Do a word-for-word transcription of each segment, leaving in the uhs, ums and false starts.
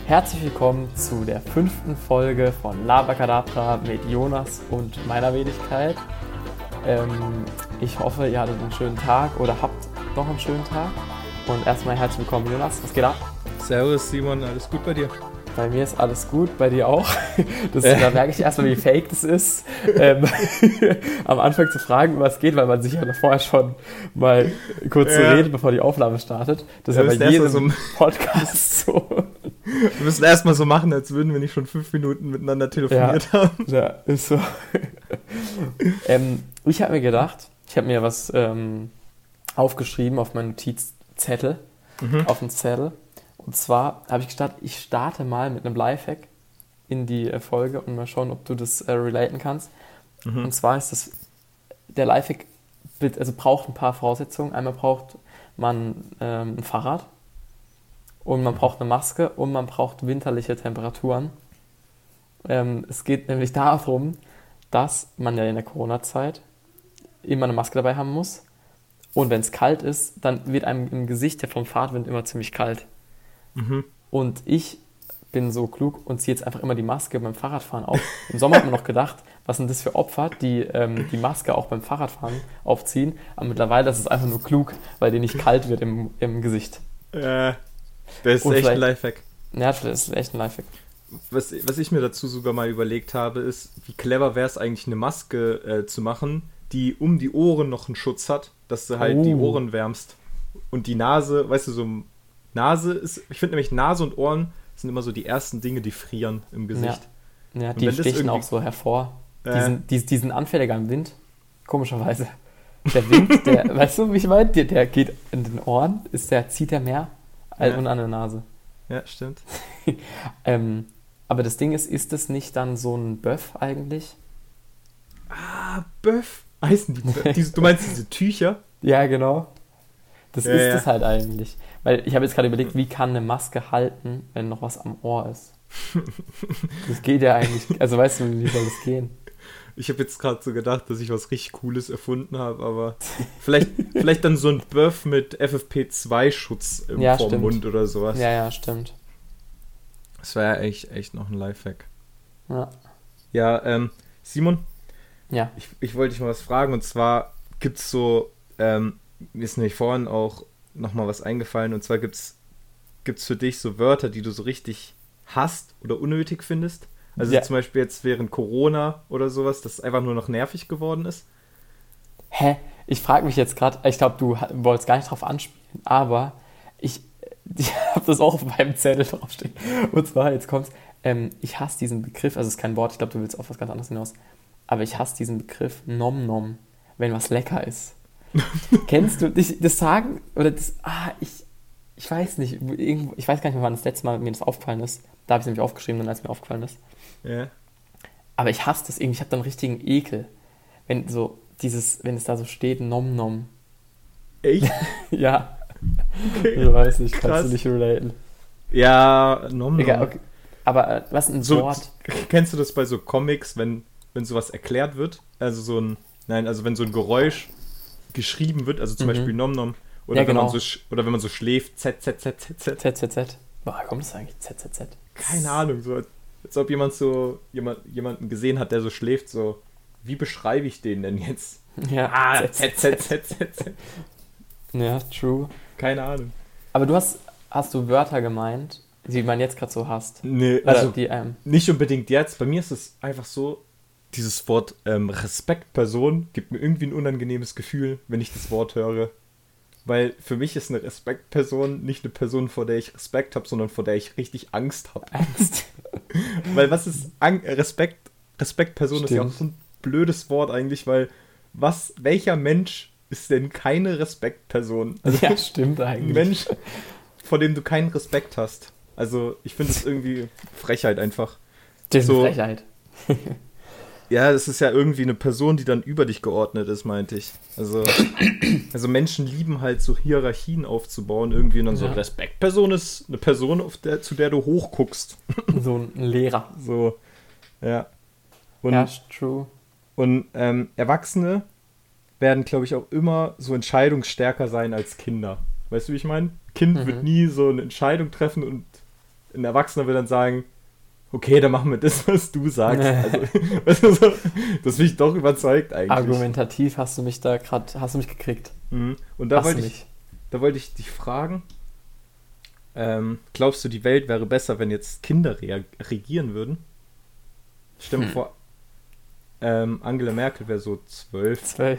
Herzlich willkommen zu der fünften Folge von Labakadabra mit Jonas und meiner Wenigkeit. Ähm, ich hoffe, ihr hattet einen schönen Tag oder habt noch einen schönen Tag. Und erstmal herzlich willkommen, Jonas. Was geht ab? Servus, Simon. Alles gut bei dir? Bei mir ist alles gut, bei dir auch. Das, da merke ich erstmal, wie fake das ist, ähm, am Anfang zu fragen, was geht, weil man sich ja vorher schon mal kurz ja. so redet, bevor die Aufnahme startet. Das ist ja, ja bei jedem so Podcast so. Wir müssen erstmal so machen, als würden wir nicht schon fünf Minuten miteinander telefoniert ja, haben. Ja, ist so. ähm, ich habe mir gedacht, ich habe mir was ähm, aufgeschrieben auf meinen Notizzettel, mhm. auf den Zettel. Und zwar habe ich gestartet, ich starte mal mit einem Lifehack in die äh, Folge und mal schauen, ob du das äh, relaten kannst. Mhm. Und zwar ist das, der Lifehack also braucht ein paar Voraussetzungen. Einmal braucht man ähm, ein Fahrrad und man braucht eine Maske und man braucht winterliche Temperaturen. Ähm, es geht nämlich darum, dass man ja in der Corona-Zeit immer eine Maske dabei haben muss. Und wenn es kalt ist, dann wird einem im Gesicht ja vom Fahrtwind immer ziemlich kalt. Mhm. Und ich bin so klug und ziehe jetzt einfach immer die Maske beim Fahrradfahren auf. Im Sommer hat man noch gedacht, was sind das für Opfer, die ähm, die Maske auch beim Fahrradfahren aufziehen. Aber mittlerweile ist es einfach nur klug, weil dir nicht kalt wird im, im Gesicht. Ja, das ist und echt ein Lifehack. Ja, das ist echt ein Lifehack. Was, was ich mir dazu sogar mal überlegt habe, ist, wie clever wäre es eigentlich, eine Maske äh, zu machen, die um die Ohren noch einen Schutz hat, dass du halt oh. die Ohren wärmst. Und die Nase, weißt du, so Nase ist, ich finde nämlich Nase und Ohren sind immer so die ersten Dinge, die frieren im Gesicht. Ja, ja die stechen auch so hervor. Äh, die, sind, die, die sind anfälliger im Wind, komischerweise. Der Wind, der, weißt du, wie ich meine? Der, der geht in den Ohren, ist der, zieht der mehr als ja. an der Nase. Ja, stimmt. ähm, aber das Ding ist, ist das nicht dann so ein Böff eigentlich? Ah, Böff. Heißen die Böff? Diese, du meinst diese Tücher? Ja, genau. Das ja, ist ja. es halt eigentlich. Weil ich habe jetzt gerade überlegt, wie kann eine Maske halten, wenn noch was am Ohr ist? Das geht ja eigentlich, also weißt du, wie soll das gehen? Ich habe jetzt gerade so gedacht, dass ich was richtig Cooles erfunden habe, aber vielleicht, vielleicht dann so ein Böff mit F F P zwei Schutz im ja, vorm Mund oder sowas. Ja, ja, stimmt. Das wäre ja echt, echt noch ein Lifehack. Ja. Ja, ähm, Simon? Ja. Ich, ich wollte dich mal was fragen, und zwar gibt es so, ähm, mir ist nämlich vorhin auch nochmal was eingefallen, und zwar gibt's gibt's für dich so Wörter, die du so richtig hasst oder unnötig findest? Also ja. zum Beispiel jetzt während Corona oder sowas, dass es einfach nur noch nervig geworden ist? Hä? Ich frage mich jetzt gerade, ich glaube, du wolltest gar nicht drauf anspielen, aber ich, ich habe das auch auf meinem Zettel draufstehen. Und zwar, jetzt kommt's, ähm, ich hasse diesen Begriff, also es ist kein Wort, ich glaube, du willst auf was ganz anderes hinaus, aber ich hasse diesen Begriff Nom Nom, wenn was lecker ist. Kennst du das, das Sagen oder das, ah, ich, ich weiß nicht, irgendwo, ich weiß gar nicht mehr, wann das letzte Mal mir das aufgefallen ist. Da habe ich es nämlich aufgeschrieben, dann als mir aufgefallen ist. Ja. Aber ich hasse das irgendwie, ich habe da einen richtigen Ekel, wenn so dieses, wenn es da so steht, Nom Nom. Echt? Ja. Okay. Ich weiß nicht, Krass. kannst du nicht relaten. Ja, Nom Nom. Egal, okay. Aber äh, was ein so, Wort. Kennst du das bei so Comics, wenn, wenn sowas erklärt wird? Also so ein, nein, also wenn so ein Geräusch geschrieben wird, also zum mhm. Beispiel Nom Nom, oder, ja, wenn genau. man so, oder wenn man so schläft, Z, Z, Z, Z, Z. Z, Z, Z. Woher kommt das eigentlich? Z, Z, Z? Keine Ahnung, so als, als ob jemand so, jemand, jemanden gesehen hat, der so schläft, so, wie beschreibe ich den denn jetzt? Ja, ah, Z, Z, Z, Z, Z. Ja, true. Keine Ahnung. Aber du hast, hast du Wörter gemeint, die man jetzt gerade so hasst? Nee, also die, ähm, nicht unbedingt jetzt. Bei mir ist es einfach so, dieses Wort ähm, Respektperson gibt mir irgendwie ein unangenehmes Gefühl, wenn ich das Wort höre. Weil für mich ist eine Respektperson nicht eine Person, vor der ich Respekt habe, sondern vor der ich richtig Angst habe. Angst? Weil was ist Ang- Respekt? Respektperson Stimmt. ist ja auch so ein blödes Wort eigentlich, weil was, welcher Mensch ist denn keine Respektperson? Also ja, stimmt eigentlich. Ein Mensch, vor dem du keinen Respekt hast. Also ich finde es irgendwie Frechheit einfach. Das ist so, Frechheit. Ja, es ist ja irgendwie eine Person, die dann über dich geordnet ist, meinte ich. Also, also Menschen lieben halt so Hierarchien aufzubauen irgendwie und dann so, ja. Respektperson ist eine Person, auf der, zu der du hochguckst. So ein Lehrer. So, ja. Und, ja, true. Und ähm, Erwachsene werden, glaube ich, auch immer so entscheidungsstärker sein als Kinder. Weißt du, wie ich meine? Kind mhm. wird nie so eine Entscheidung treffen und ein Erwachsener wird dann sagen, okay, dann machen wir das, was du sagst. Also, weißt du, so, das bin ich doch überzeugt eigentlich. Argumentativ hast du mich da gerade, hast du mich gekriegt. Mhm. Und da wollte ich, da wollte ich dich fragen, ähm, glaubst du, die Welt wäre besser, wenn jetzt Kinder rea- regieren würden? Stell dir hm. vor, ähm, Angela Merkel wäre so zwölf. Zwölf.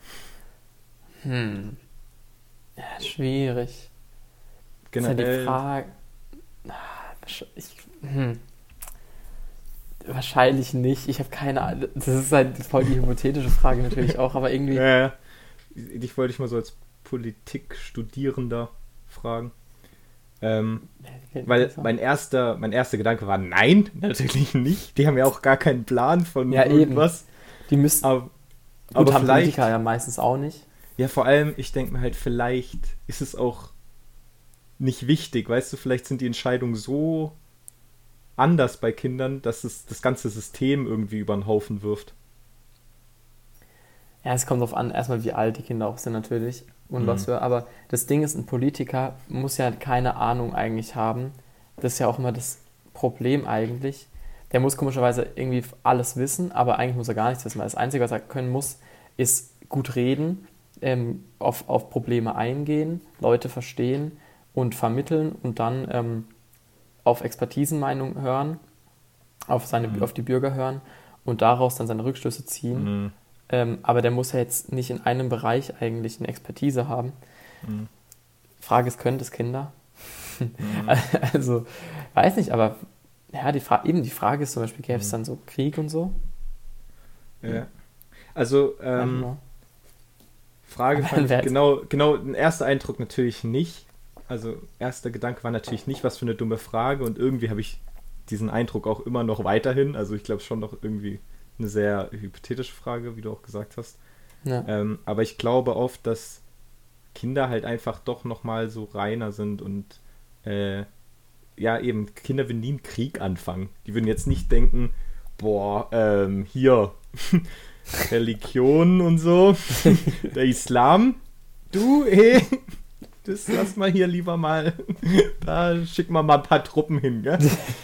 Hm. Ja, schwierig. Generell. Das ist ja die Frage. Ich, hm. Wahrscheinlich nicht. Ich habe keine Ahnung. Das ist halt voll die hypothetische Frage natürlich auch, aber irgendwie. Ja, ja. Dich wollte ich mal so als Politikstudierender fragen. Ähm, ja, weil mein erster, mein erster Gedanke war, nein, natürlich nicht. Die haben ja auch gar keinen Plan von ja, irgendwas. Eben. Die müssen. Aber, gut, aber haben vielleicht, Politiker ja meistens auch nicht. Ja, vor allem, ich denke mir halt, vielleicht ist es auch nicht wichtig, weißt du, vielleicht sind die Entscheidungen so anders bei Kindern, dass es das ganze System irgendwie über den Haufen wirft. Ja, es kommt darauf an, erstmal wie alt die Kinder auch sind natürlich und mhm. was für, aber das Ding ist, ein Politiker muss ja keine Ahnung eigentlich haben. Das ist ja auch immer das Problem eigentlich. Der muss komischerweise irgendwie alles wissen, aber eigentlich muss er gar nichts wissen, weil das Einzige, was er können muss, ist gut reden, ähm, auf, auf Probleme eingehen, Leute verstehen und vermitteln und dann ähm, auf Expertisenmeinung hören, auf, seine, mhm. auf die Bürger hören und daraus dann seine Rückschlüsse ziehen. Mhm. Ähm, aber der muss ja jetzt nicht in einem Bereich eigentlich eine Expertise haben. Mhm. Frage ist, können das Kinder? Mhm. Also, weiß nicht, aber ja, die Fra- eben die Frage ist zum Beispiel, gäbe es mhm. dann so Krieg und so? Ja. Also, ähm, Frage fand ich, genau, genau, ein erster Eindruck natürlich nicht. Also, erster Gedanke war natürlich nicht, was für eine dumme Frage und irgendwie habe ich diesen Eindruck auch immer noch weiterhin. Also, ich glaube schon noch irgendwie eine sehr hypothetische Frage, wie du auch gesagt hast. Ja. Ähm, aber ich glaube oft, dass Kinder halt einfach doch nochmal so reiner sind und äh, ja, eben, Kinder würden nie einen Krieg anfangen. Die würden jetzt nicht denken, boah, ähm, hier, Religion und so, der Islam, du, hey, das lass mal hier lieber mal, da schicken wir mal ein paar Truppen hin, gell?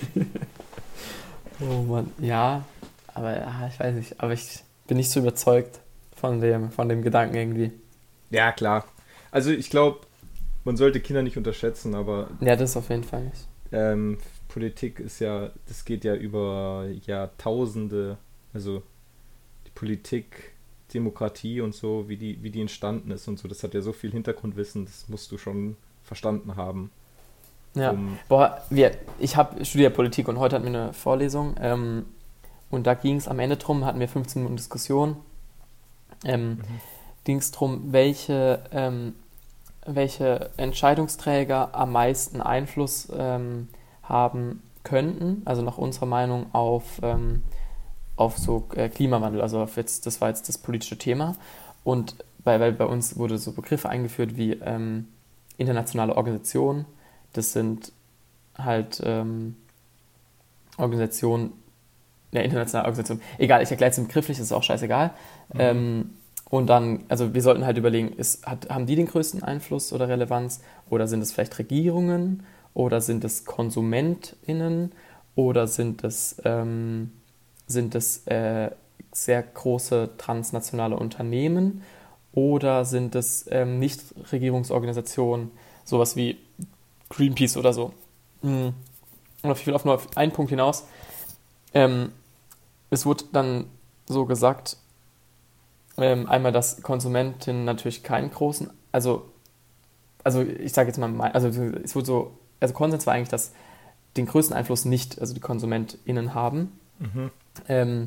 Oh Mann, ja, aber ja, ich weiß nicht, aber ich bin nicht so überzeugt von dem, von dem Gedanken irgendwie. Ja, klar. Also ich glaube, man sollte Kinder nicht unterschätzen, aber... Ja, das auf jeden Fall nicht. Ähm, Politik ist ja, das geht ja über Jahrtausende, also die Politik, Demokratie und so, wie die, wie die entstanden ist und so, das hat ja so viel Hintergrundwissen, das musst du schon verstanden haben. Ja, um boah, wir, ich habe studiert Politik und heute hatten wir eine Vorlesung ähm, und da ging es am Ende drum, hatten wir fünfzehn Minuten Diskussion, ähm, mhm. ging es drum, welche, ähm, welche Entscheidungsträger am meisten Einfluss ähm, haben könnten, also nach unserer Meinung auf, ähm, auf so äh, Klimawandel, also auf jetzt, das war jetzt das politische Thema und bei, weil bei uns wurde so Begriffe eingeführt wie ähm, internationale Organisationen. Das sind halt ähm, Organisationen, ja, internationale Organisationen, egal, ich erkläre es im Begriff nicht, das ist auch scheißegal. Mhm. Ähm, und dann, also wir sollten halt überlegen, ist, hat, haben die den größten Einfluss oder Relevanz oder sind es vielleicht Regierungen oder sind es KonsumentInnen oder sind es, ähm, sind es äh, sehr große transnationale Unternehmen oder sind es ähm, Nichtregierungsorganisationen, sowas wie Greenpeace oder so. Und ich will auf nur auf einen Punkt hinaus. Ähm, es wurde dann so gesagt, ähm, einmal, dass Konsumentinnen natürlich keinen großen, also, also ich sage jetzt mal, also es wurde so, also Konsens war eigentlich, dass den größten Einfluss nicht, also die KonsumentInnen haben. Mhm. Ähm,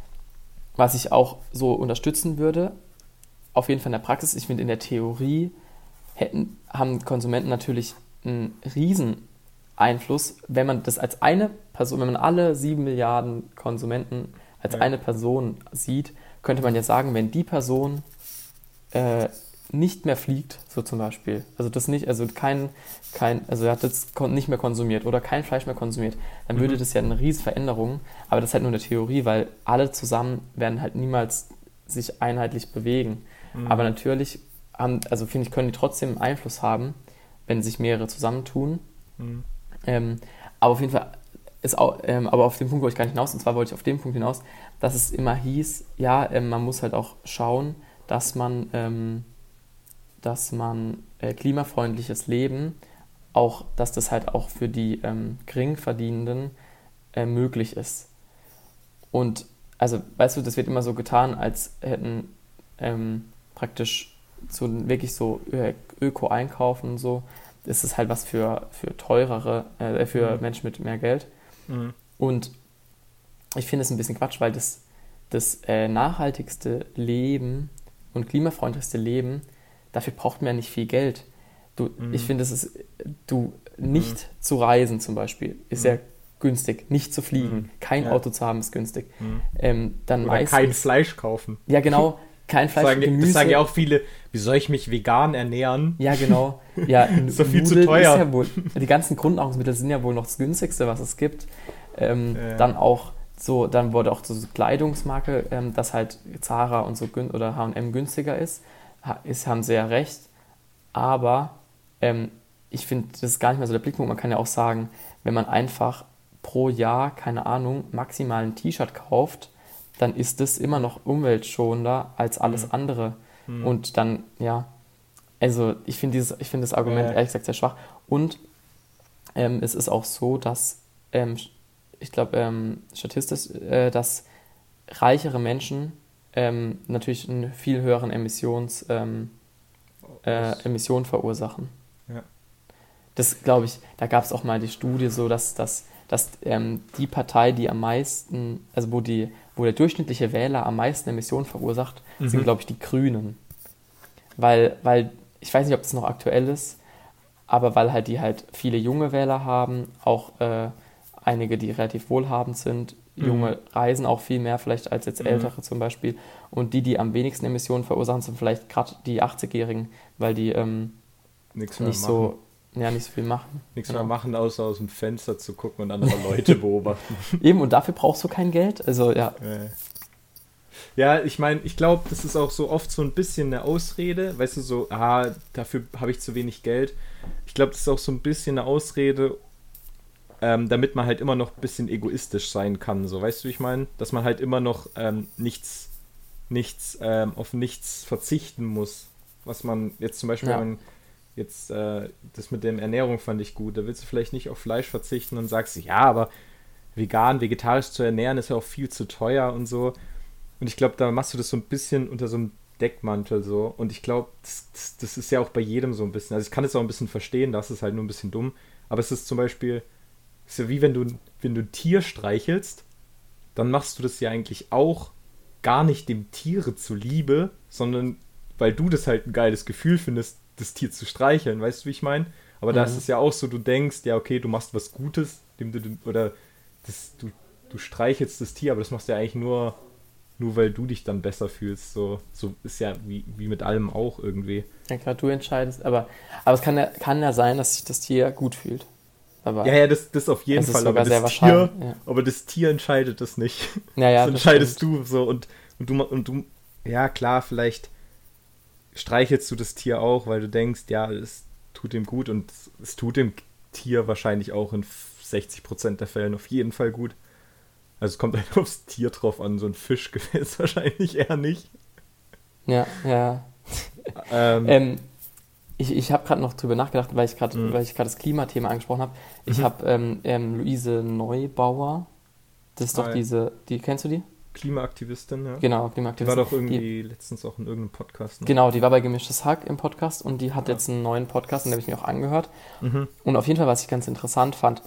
was ich auch so unterstützen würde, auf jeden Fall in der Praxis, ich finde in der Theorie hätten, haben Konsumenten natürlich einen riesen Einfluss, wenn man das als eine Person, wenn man alle sieben Milliarden Konsumenten als ja. eine Person sieht, könnte man ja sagen, wenn die Person äh, nicht mehr fliegt, so zum Beispiel, also das nicht, also kein, kein, also er hat das nicht mehr konsumiert oder kein Fleisch mehr konsumiert, dann mhm. würde das ja eine riesen Veränderung, aber das ist halt nur eine Theorie, weil alle zusammen werden halt niemals sich einheitlich bewegen. Mhm. Aber natürlich haben, also finde ich, können die trotzdem Einfluss haben, wenn sich mehrere zusammentun. Mhm. Ähm, Aber auf jeden Fall ist auch, ähm, aber auf den Punkt wollte ich gar nicht hinaus, und zwar wollte ich auf den Punkt hinaus, dass es immer hieß, ja, ähm, man muss halt auch schauen, dass man, ähm, dass man äh, klimafreundliches Leben, auch, dass das halt auch für die ähm, Geringverdienenden äh, möglich ist. Und also, weißt du, das wird immer so getan, als hätten ähm, praktisch so wirklich so Öko-Einkaufen und so, ist es halt was für, für teurere, äh, für mhm. Menschen mit mehr Geld. Mhm. Und ich finde es ein bisschen Quatsch, weil das, das äh, nachhaltigste Leben und klimafreundlichste Leben, dafür braucht man ja nicht viel Geld. Du, mhm. Ich finde, es ist, du nicht mhm. zu reisen zum Beispiel, ist mhm. ja günstig. Nicht zu fliegen, mhm. kein ja. Auto zu haben, ist günstig. Mhm. Ähm, dann Oder meistens, kein Fleisch kaufen. Ja, genau. Kein Fleisch, sagen, Gemüse. Das sagen ja auch viele, wie soll ich mich vegan ernähren? Ja, genau. Ja, ist doch viel zu teuer. Ist ja wohl, die ganzen Grundnahrungsmittel sind ja wohl noch das günstigste, was es gibt. Ähm, äh. Dann auch so, dann wurde auch so eine Kleidungsmarke, ähm, dass halt Zara und so gün- oder H und M günstiger ist. Ha, ist, haben sie ja recht. Aber ähm, ich finde, das ist gar nicht mehr so der Blickpunkt. Man kann ja auch sagen, wenn man einfach pro Jahr, keine Ahnung, maximal ein T-Shirt kauft, dann ist das immer noch umweltschonender als alles mhm. andere. Mhm. Und dann, ja, also ich finde dieses, ich finde das Argument äh. ehrlich gesagt sehr schwach. Und ähm, es ist auch so, dass, ähm, ich glaube, ähm, statistisch, äh, dass reichere Menschen ähm, natürlich einen viel höheren Emissions, ähm, äh, Emissionen verursachen. Ja. Das glaube ich, da gab es auch mal die Studie so, dass, dass, dass ähm, die Partei, die am meisten, also wo die wo der durchschnittliche Wähler am meisten Emissionen verursacht, mhm. sind, glaube ich, die Grünen. Weil, weil, ich weiß nicht, ob das noch aktuell ist, aber weil halt die halt viele junge Wähler haben, auch äh, einige, die relativ wohlhabend sind, mhm. junge reisen auch viel mehr vielleicht als jetzt mhm. ältere zum Beispiel, und die, die am wenigsten Emissionen verursachen, sind vielleicht gerade die achtzigjährigen, weil die ähm, nicht so... Ja, nicht so viel machen. Nichts genau. mehr machen, außer aus dem Fenster zu gucken und andere Leute beobachten. Eben, und dafür brauchst du kein Geld. Also, ja. Ja, ich meine, ich glaube, das ist auch so oft so ein bisschen eine Ausrede. Weißt du, so, ah, dafür habe ich zu wenig Geld. Ich glaube, das ist auch so ein bisschen eine Ausrede, ähm, damit man halt immer noch ein bisschen egoistisch sein kann. So, weißt du, wie ich meine? Dass man halt immer noch ähm, nichts, nichts, ähm, auf nichts verzichten muss. Was man jetzt zum Beispiel... Ja. Man, Jetzt, äh, das mit der Ernährung fand ich gut. Da willst du vielleicht nicht auf Fleisch verzichten und sagst, ja, aber vegan, vegetarisch zu ernähren ist ja auch viel zu teuer und so. Und ich glaube, da machst du das so ein bisschen unter so einem Deckmantel so. Und ich glaube, das, das, das ist ja auch bei jedem so ein bisschen. Also ich kann es auch ein bisschen verstehen, das ist halt nur ein bisschen dumm. Aber es ist zum Beispiel, es ist ja wie wenn du, wenn du ein Tier streichelst, dann machst du das ja eigentlich auch gar nicht dem Tiere zuliebe, sondern weil du das halt ein geiles Gefühl findest, das Tier zu streicheln, weißt du, wie ich meine? Aber mhm. da ist es ja auch so, du denkst, ja, okay, du machst was Gutes, dem du, oder das, du, du streichelst das Tier, aber das machst du ja eigentlich nur, nur weil du dich dann besser fühlst. So, so ist ja wie, wie mit allem auch irgendwie. Ja klar, du entscheidest, aber, aber es kann ja, kann ja sein, dass sich das Tier gut fühlt. Aber ja, ja, das, das auf jeden Fall, aber das, Tier, ja. aber das Tier entscheidet das nicht. Ja, ja, das, das entscheidest stimmt. du so und, und du und du, ja klar, vielleicht streichelst du das Tier auch, weil du denkst, ja, es tut ihm gut, und es tut dem Tier wahrscheinlich auch in sechzig Prozent der Fällen auf jeden Fall gut. Also es kommt halt aufs Tier drauf an, so ein Fisch gefällt es wahrscheinlich eher nicht. Ja, ja. ähm, ähm, ich ich habe gerade noch drüber nachgedacht, weil ich gerade mhm. weil ich gerade das Klimathema angesprochen habe. Ich mhm. habe ähm, ähm, Luise Neubauer, das ist doch ah, diese, die kennst du die? Klimaaktivistin, ja. Genau, Klimaaktivistin. Die war doch irgendwie die, letztens auch in irgendeinem Podcast. Ne? Genau, die war bei Gemischtes Hack im Podcast, und die hat ja. jetzt einen neuen Podcast, den habe ich mir auch angehört. Mhm. Und auf jeden Fall, was ich ganz interessant fand,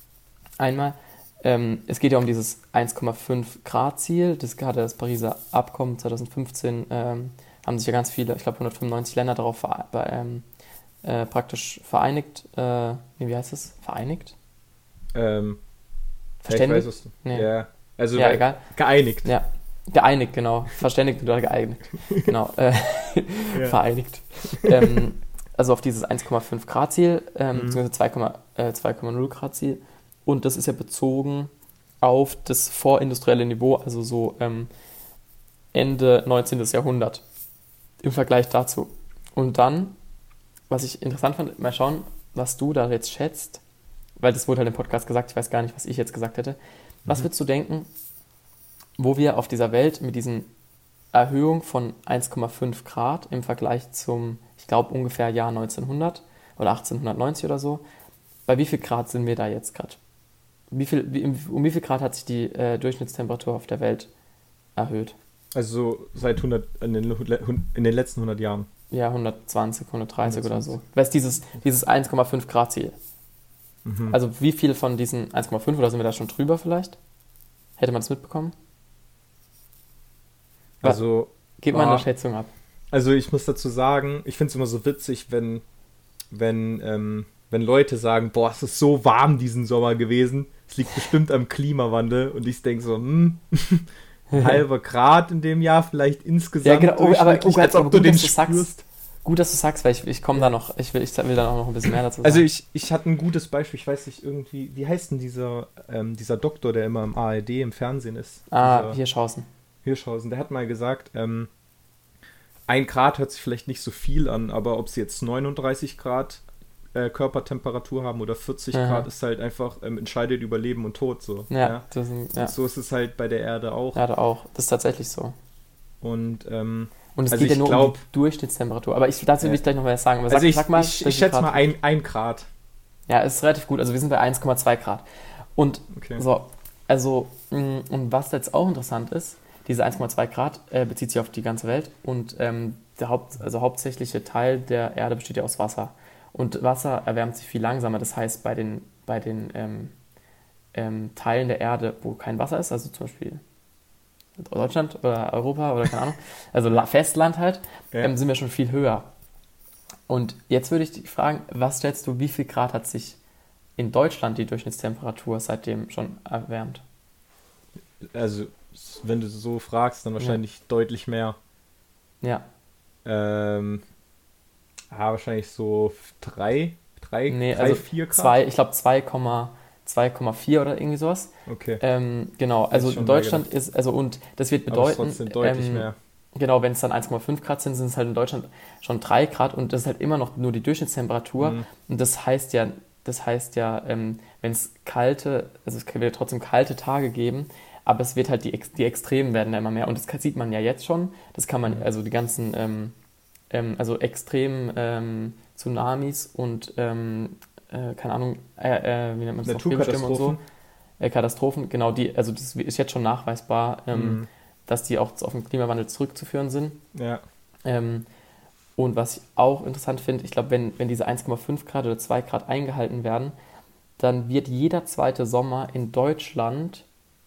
einmal, ähm, es geht ja um dieses eins Komma fünf Grad Ziel, das hatte das Pariser Abkommen zwanzig fünfzehn, ähm, haben sich ja ganz viele, ich glaube hundertfünfundneunzig Länder darauf ver- bei, ähm, äh, praktisch vereinigt, äh, wie heißt das? Vereinigt? Ähm, Verständigt? Ja, ich weiß, was du, nee. ja. Also ja, egal. Geeinigt. Ja, geeinigt, genau. Verständigt oder geeignet. Genau. Äh, ja. Vereinigt. Ähm, also auf dieses eins Komma fünf Grad Ziel, ähm, mhm. beziehungsweise zwei Komma null Grad Ziel. Und das ist ja bezogen auf das vorindustrielle Niveau, also so ähm, Ende neunzehnten. Jahrhundert. Im Vergleich dazu. Und dann, was ich interessant fand, mal schauen, was du da jetzt schätzt, weil das wurde halt im Podcast gesagt, ich weiß gar nicht, was ich jetzt gesagt hätte. Was Mhm. würdest du denken, wo wir auf dieser Welt mit diesen Erhöhung von eins Komma fünf Grad im Vergleich zum, ich glaube, ungefähr Jahr neunzehnhundert oder achtzehnhundertneunzig oder so, bei wie viel Grad sind wir da jetzt gerade? Wie viel, wie, um wie viel Grad hat sich die äh, Durchschnittstemperatur auf der Welt erhöht? Also seit hundert, in den, in den letzten hundert Jahren. Ja, hundertzwanzig, hundertdreißig oder hundertzwanzig. so. Weil es dieses, dieses eins Komma fünf Grad Ziel. Mhm. Also wie viel von diesen eins Komma fünf oder sind wir da schon drüber vielleicht? Hätte man es mitbekommen? Also, Gib mal eine ah, Schätzung ab. also ich muss dazu sagen, ich finde es immer so witzig, wenn, wenn, ähm, wenn Leute sagen, boah, es ist so warm diesen Sommer gewesen. Es liegt bestimmt am Klimawandel. Und ich denke so, hm, ein halber Grad in dem Jahr, vielleicht insgesamt Ja, genau. Oh, aber- durchschnittlich, oh, als ob aber du gut, den dass du sagst. spürst. Gut, dass du sagst, weil ich, ich komme da noch, ich will, ich will da auch noch ein bisschen mehr dazu sagen. Also ich, ich hatte ein gutes Beispiel, ich weiß nicht irgendwie, wie heißt denn dieser, ähm, dieser Doktor, der immer im A R D im Fernsehen ist? ah, Dieser Hirschhausen. Hirschhausen, der hat mal gesagt, ähm, ein Grad hört sich vielleicht nicht so viel an, aber ob sie jetzt neununddreißig Grad äh, Körpertemperatur haben oder vierzig Aha. Grad, ist halt einfach, ähm, entscheidet über Leben und Tod so. Ja, das sind, ja. Und so ist es halt bei der Erde auch. Ja, da auch. Das ist tatsächlich so. Und ähm, Und es Also geht ja ich nur um glaub- die Durchschnittstemperatur. Aber ich, dazu will Ja. ich gleich noch was sagen. Aber sag, also ich, sag mal, ich, welche ich schätze Grad- mal ein, ein Grad. Ja, es ist relativ gut. Also wir sind bei eins Komma zwei Grad. Und Okay. so, also, mh, und was jetzt auch interessant ist, diese eins Komma zwei Grad äh, bezieht sich auf die ganze Welt und ähm, der Haupt, also hauptsächliche Teil der Erde besteht ja aus Wasser. Und Wasser erwärmt sich viel langsamer. Das heißt, bei den, bei den ähm, ähm, Teilen der Erde, wo kein Wasser ist, also zum Beispiel Deutschland oder Europa oder keine Ahnung, also La- Festland halt, Ja. ähm, sind wir schon viel höher. Und jetzt würde ich dich fragen, was stellst du, wie viel Grad hat sich in Deutschland die Durchschnittstemperatur seitdem schon erwärmt? Also, wenn du so fragst, dann wahrscheinlich deutlich mehr. Ja, Ähm, ah, wahrscheinlich so drei, drei, nee, drei also vier Grad. zwei, ich glaube zwei Komma vier oder irgendwie sowas. Okay. Ähm, genau, also schon in mehr Deutschland ist, also und das wird Aber es ist bedeuten, trotzdem deutlich ähm, mehr. genau, wenn es dann eins Komma fünf Grad sind, sind es halt in Deutschland schon drei Grad und das ist halt immer noch nur die Durchschnittstemperatur. Mhm. Und das heißt ja, das heißt ja, ähm, wenn es kalte, also es wird trotzdem kalte Tage geben, aber es wird halt die, Ex- die Extremen werden da immer mehr und das sieht man ja jetzt schon. Das kann man, also die ganzen, ähm, ähm, also extremen ähm, Tsunamis und ähm, äh, keine Ahnung, äh, äh, wie nennt man das noch, Wirbelstürme und so, Naturkatastrophen. äh, Katastrophen, genau die, also das ist jetzt schon nachweisbar, ähm, Mhm. dass die auch auf den Klimawandel zurückzuführen sind. Ja. Ähm, und was ich auch interessant finde, ich glaube, wenn, wenn diese eins Komma fünf Grad oder zwei Grad eingehalten werden, dann wird jeder zweite Sommer in Deutschland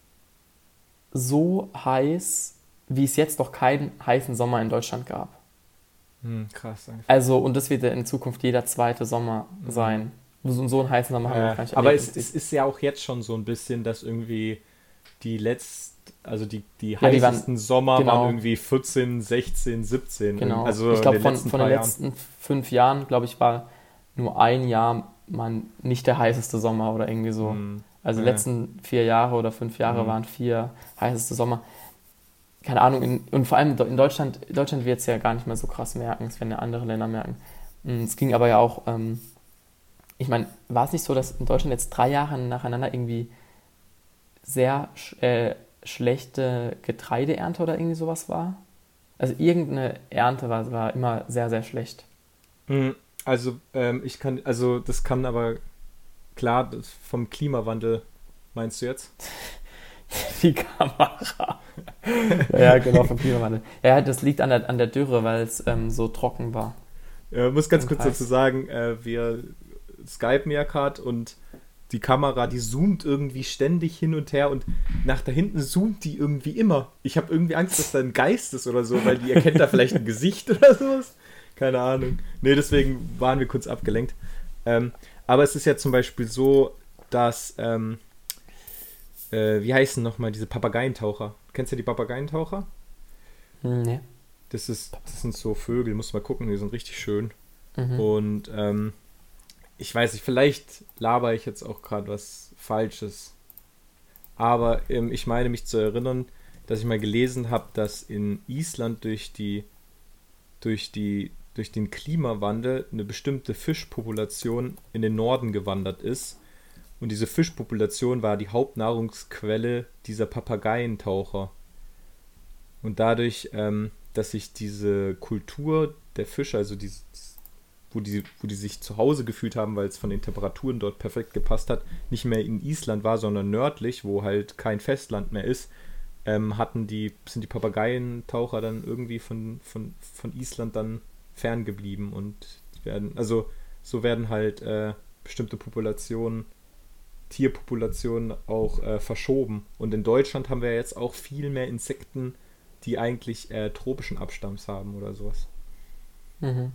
so heiß, wie es jetzt noch keinen heißen Sommer in Deutschland gab. Hm, krass. Einfach. Also, und das wird ja in Zukunft jeder zweite Sommer Mhm. sein. So, so einen heißen Sommer haben wir noch gar Äh, nicht aber erlebt. es, es ist ja auch jetzt schon so ein bisschen, dass irgendwie die letzt, also die, die Ja, die waren- heißesten Sommer genau. waren irgendwie vierzehn, sechzehn, siebzehn. Genau. Also ich glaube, in den von, letzten von paar den Jahren. letzten fünf Jahren, glaube ich, war nur ein Jahr mal nicht der heißeste Sommer oder irgendwie so. Hm. Also die Ja. letzten vier Jahre oder fünf Jahre Mhm. waren vier heißeste Sommer. Keine Ahnung, in, und vor allem in Deutschland, Deutschland wird es ja gar nicht mehr so krass merken, es werden ja andere Länder merken. Mm, Es ging aber ja auch, ähm, ich meine, war es nicht so, dass in Deutschland jetzt drei Jahre nacheinander irgendwie sehr sch äh, schlechte Getreideernte oder irgendwie sowas war? Also irgendeine Ernte war, war immer sehr, sehr schlecht. Hm, Also, ähm, ich kann, also das kann aber klar das vom Klimawandel, meinst du jetzt? Die Kamera. Ja, genau, vom Klimawandel. Ja, das liegt an der, an der Dürre, weil es ähm, so trocken war. Äh, muss ganz Und kurz heiß. dazu sagen, äh, wir skypen ja gerade und die Kamera, die zoomt irgendwie ständig hin und her und nach da hinten zoomt die irgendwie immer. Ich habe irgendwie Angst, dass da ein Geist ist oder so, weil die erkennt da vielleicht ein Gesicht oder sowas. Keine Ahnung. Nee, deswegen waren wir kurz abgelenkt. Ähm, aber es ist ja zum Beispiel so, dass, ähm, äh, wie heißen nochmal diese Papageientaucher? Kennst du die Papageientaucher? Hm, nee. Das, ist, das sind so Vögel, musst du mal gucken, die sind richtig schön. Mhm. Und ähm, ich weiß nicht, vielleicht laber ich jetzt auch gerade was Falsches. Aber ähm, ich meine mich zu erinnern, dass ich mal gelesen habe, dass in Island durch die durch die durch den Klimawandel eine bestimmte Fischpopulation in den Norden gewandert ist Und diese Fischpopulation war die Hauptnahrungsquelle dieser Papageientaucher. Und dadurch, ähm, dass sich diese Kultur der Fische, also die, wo, die, wo die sich zu Hause gefühlt haben, weil es von den Temperaturen dort perfekt gepasst hat, nicht mehr in Island war, sondern nördlich, wo halt kein Festland mehr ist, ähm, hatten die, sind die Papageientaucher dann irgendwie von, von, von Island dann ferngeblieben und werden, also so werden halt äh, bestimmte Populationen, Tierpopulationen auch äh, verschoben. Und in Deutschland haben wir jetzt auch viel mehr Insekten, die eigentlich äh, tropischen Abstamms haben oder sowas. Mhm.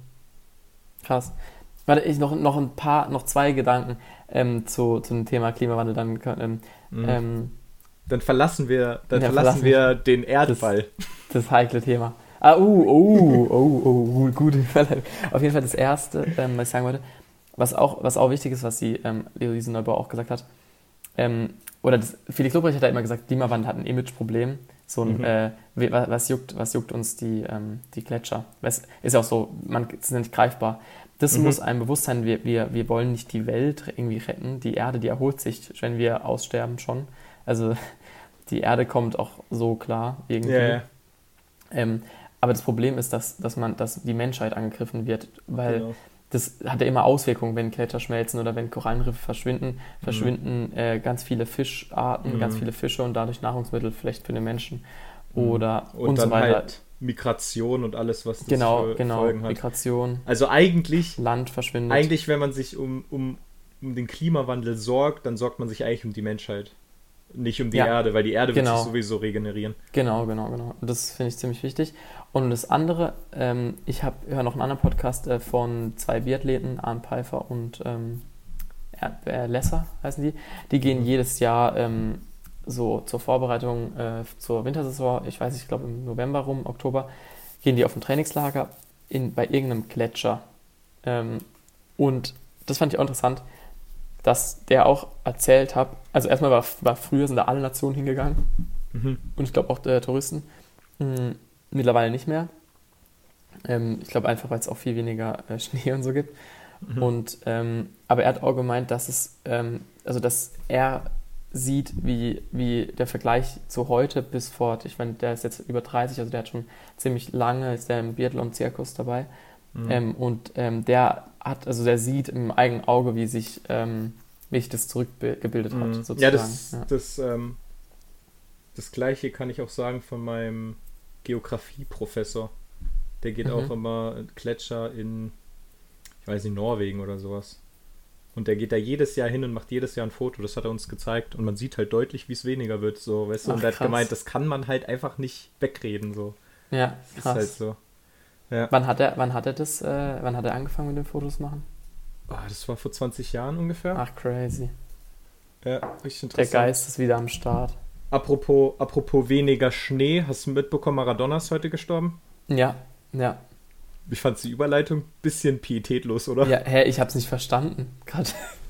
Krass. Warte, ich noch, noch ein paar, noch zwei Gedanken ähm, zu, zu dem Thema Klimawandel. Dann, ähm, Mhm. ähm, Dann verlassen wir, dann Ja, verlassen verlassen wir den Erdball. das heikle Thema. Ah, uh, oh, oh, oh, gut, gute Überleitung. Auf jeden Fall das Erste, ähm, was ich sagen wollte, was auch, was auch wichtig ist, was die ähm, Leo Neubauer auch gesagt hat, ähm, oder das, Felix Lobrecht hat ja immer gesagt, Klimawandel hat ein Imageproblem. So ein, Mhm. äh, wie- wa- was, juckt, was juckt uns die, ähm, die Gletscher? Es ist ja auch so, man es ist nicht greifbar. Das Mhm. muss einem bewusst sein, wir, wir, wir wollen nicht die Welt irgendwie retten. Die Erde, die erholt sich, wenn wir aussterben schon. Also die Erde kommt auch so klar irgendwie. Ja, ja. Ähm, aber das Problem ist, dass, dass, man, dass die Menschheit angegriffen wird, weil Genau. das hat ja immer Auswirkungen, wenn Gletscher schmelzen oder wenn Korallenriffe verschwinden, verschwinden äh, ganz viele Fischarten, Mhm. ganz viele Fische und dadurch Nahrungsmittel vielleicht für den Menschen oder Und, und, dann so weiter. halt Migration und alles, was das genau, für genau, Folgen hat. Migration, Also eigentlich, Land verschwindet. eigentlich, wenn man sich um, um, um den Klimawandel sorgt, dann sorgt man sich eigentlich um die Menschheit. Nicht um die Ja, Erde, weil die Erde genau. wird sich sowieso regenerieren. Genau, genau, genau. Das finde ich ziemlich wichtig. Und das andere, ähm, ich höre noch einen anderen Podcast äh, von zwei Biathleten, Arne Pfeiffer und ähm, er, äh, Lesser heißen die. Die gehen Mhm. jedes Jahr ähm, so zur Vorbereitung äh, zur Wintersaison, ich weiß nicht, ich glaube im November rum, Oktober, gehen die auf ein Trainingslager in, bei irgendeinem Gletscher. Ähm, und das fand ich auch interessant, dass der auch erzählt hat, also erstmal war, war früher sind da alle Nationen hingegangen Mhm. und ich glaube auch äh, Touristen. Hm, mittlerweile nicht mehr. Ähm, ich glaube einfach, weil es auch viel weniger äh, Schnee und so gibt. Mhm. Und, ähm, aber er hat auch gemeint, dass es, ähm, also dass er sieht, wie, wie der Vergleich zu heute bis fort, ich meine, der ist jetzt über dreißig, also der hat schon ziemlich lange, ist der im Biathlon-Zirkus dabei. Mhm. Ähm, und ähm, der hat, also der sieht im eigenen Auge, wie sich, ähm, wie sich das zurückgebildet hat, Mhm. sozusagen. Ja, das, Ja. Das, ähm, das Gleiche kann ich auch sagen von meinem Geografieprofessor. Der geht Mhm. auch immer Gletscher in, ich weiß nicht, Norwegen oder sowas. Und der geht da jedes Jahr hin und macht jedes Jahr ein Foto. Das hat er uns gezeigt. Und man sieht halt deutlich, wie es weniger wird. So, weißt du? Ach, Und er hat krass. gemeint, das kann man halt einfach nicht wegreden. So. Ja, Das ist krass. halt so. Ja. Wann hat er, wann hat er das, äh, wann hat er angefangen mit den Fotos machen? Oh, das war vor zwanzig Jahren ungefähr. Ach, crazy. Ja, richtig Der interessant. Geist ist wieder am Start. Apropos, apropos weniger Schnee. Hast du mitbekommen, Maradona ist heute gestorben? Ja, ja. Ich fand die Überleitung ein bisschen pietätlos, oder? Ja, hä, ich hab's nicht verstanden. Gerade.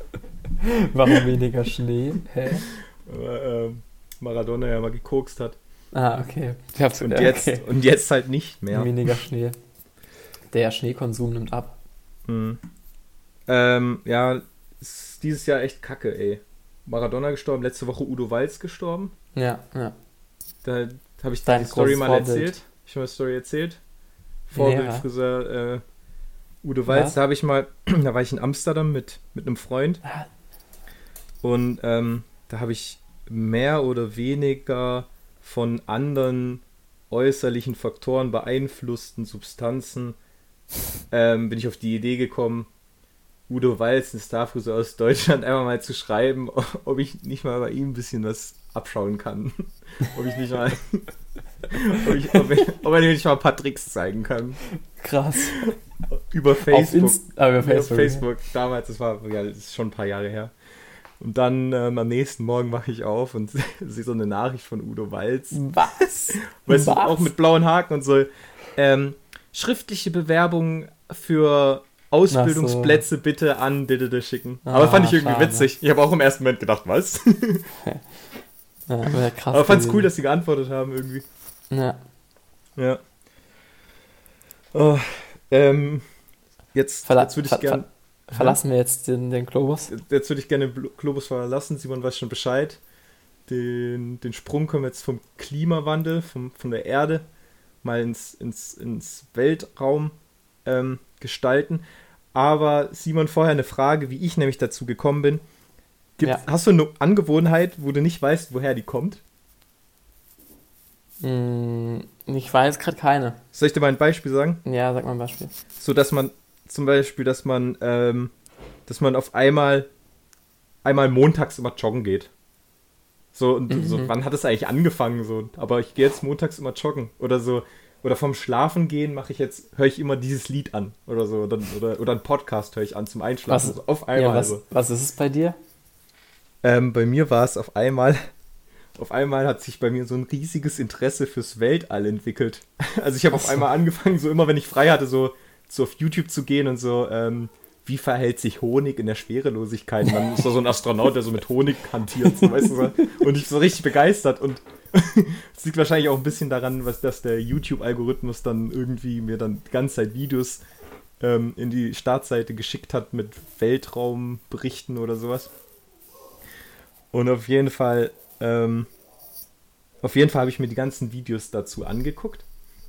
Warum weniger Schnee? Hä? Aber, ähm, Maradona ja mal gekokst hat. Ah, okay. Ich hab's Und ja, jetzt, okay. und jetzt halt nicht mehr. Weniger Schnee. Der Schneekonsum nimmt ab. Hm. Ähm, ja, ist dieses Jahr echt kacke, ey. Maradona gestorben, letzte Woche Udo Walz gestorben. Ja, ja. Da habe ich dir Dein die Story großes mal Vorbild. erzählt. Ich habe die Story erzählt. Ja. Vorbildfriseur äh, Udo Walz, Was? da habe ich mal, da war ich in Amsterdam mit, mit einem Freund. Ah. Und ähm, da habe ich mehr oder weniger von anderen äußerlichen Faktoren beeinflussten Substanzen ähm, bin ich auf die Idee gekommen, Udo Walz, ein Starfriseur aus Deutschland, einfach mal zu schreiben, ob ich nicht mal bei ihm ein bisschen was abschauen kann. ob ich nicht mal ob, ich, ob, ich, ob er mir nicht mal ein paar Tricks zeigen kann. Krass. Über Auf Facebook. Inst ah, über Ja, Facebook. auf Facebook. Damals, das war, ja, das ist schon ein paar Jahre her. Und dann ähm, am nächsten Morgen wache ich auf und sehe so eine Nachricht von Udo Walz. Was? Weißt du, Was? auch mit blauen Haken und so. Ähm, schriftliche Bewerbung für Ausbildungsplätze bitte an Didede schicken. Ah, Aber fand ich irgendwie schade. witzig. Ich habe auch im ersten Moment gedacht, was? Ja, wär krass. Aber fand es gewesen. cool, dass sie geantwortet haben irgendwie. Ja. Ja. Oh, ähm, jetzt, Verla jetzt würde ich ver gern... verlassen wir jetzt den, den Globus. Jetzt würde ich gerne den Globus verlassen. Simon weiß schon Bescheid. Den, den Sprung können wir jetzt vom Klimawandel, vom, von der Erde, mal ins, ins, ins Weltraum ähm, gestalten. Aber Simon, vorher eine Frage, wie ich nämlich dazu gekommen bin. Gibt, ja. Hast du eine Angewohnheit, wo du nicht weißt, woher die kommt? Hm, ich weiß gerade keine. Soll ich dir mal ein Beispiel sagen? Ja, sag mal ein Beispiel. So, dass man zum Beispiel, dass man, ähm, dass man auf einmal einmal montags immer joggen geht. So, und mhm. so, wann hat es eigentlich angefangen? So, aber ich gehe jetzt montags immer joggen. Oder so, oder vom Schlafen gehen mache ich jetzt, höre ich immer dieses Lied an. Oder so, oder, oder, oder einen Podcast höre ich an zum Einschlafen. Was, so, auf einmal. Ja, was, so. was ist es bei dir? Ähm, bei mir war es auf einmal, auf einmal hat sich bei mir so ein riesiges Interesse fürs Weltall entwickelt. Also ich habe auf einmal angefangen, so immer, wenn ich frei hatte, so, so auf YouTube zu gehen und so, ähm, wie verhält sich Honig in der Schwerelosigkeit? Und dann ist da so ein Astronaut, der so mit Honig hantiert, so, weißt du, so. Und ich war richtig begeistert. Und es liegt wahrscheinlich auch ein bisschen daran, was, dass der YouTube-Algorithmus dann irgendwie mir dann die ganze Zeit Videos ähm, in die Startseite geschickt hat mit Weltraumberichten oder sowas. Und auf jeden Fall, ähm, auf jeden Fall habe ich mir die ganzen Videos dazu angeguckt.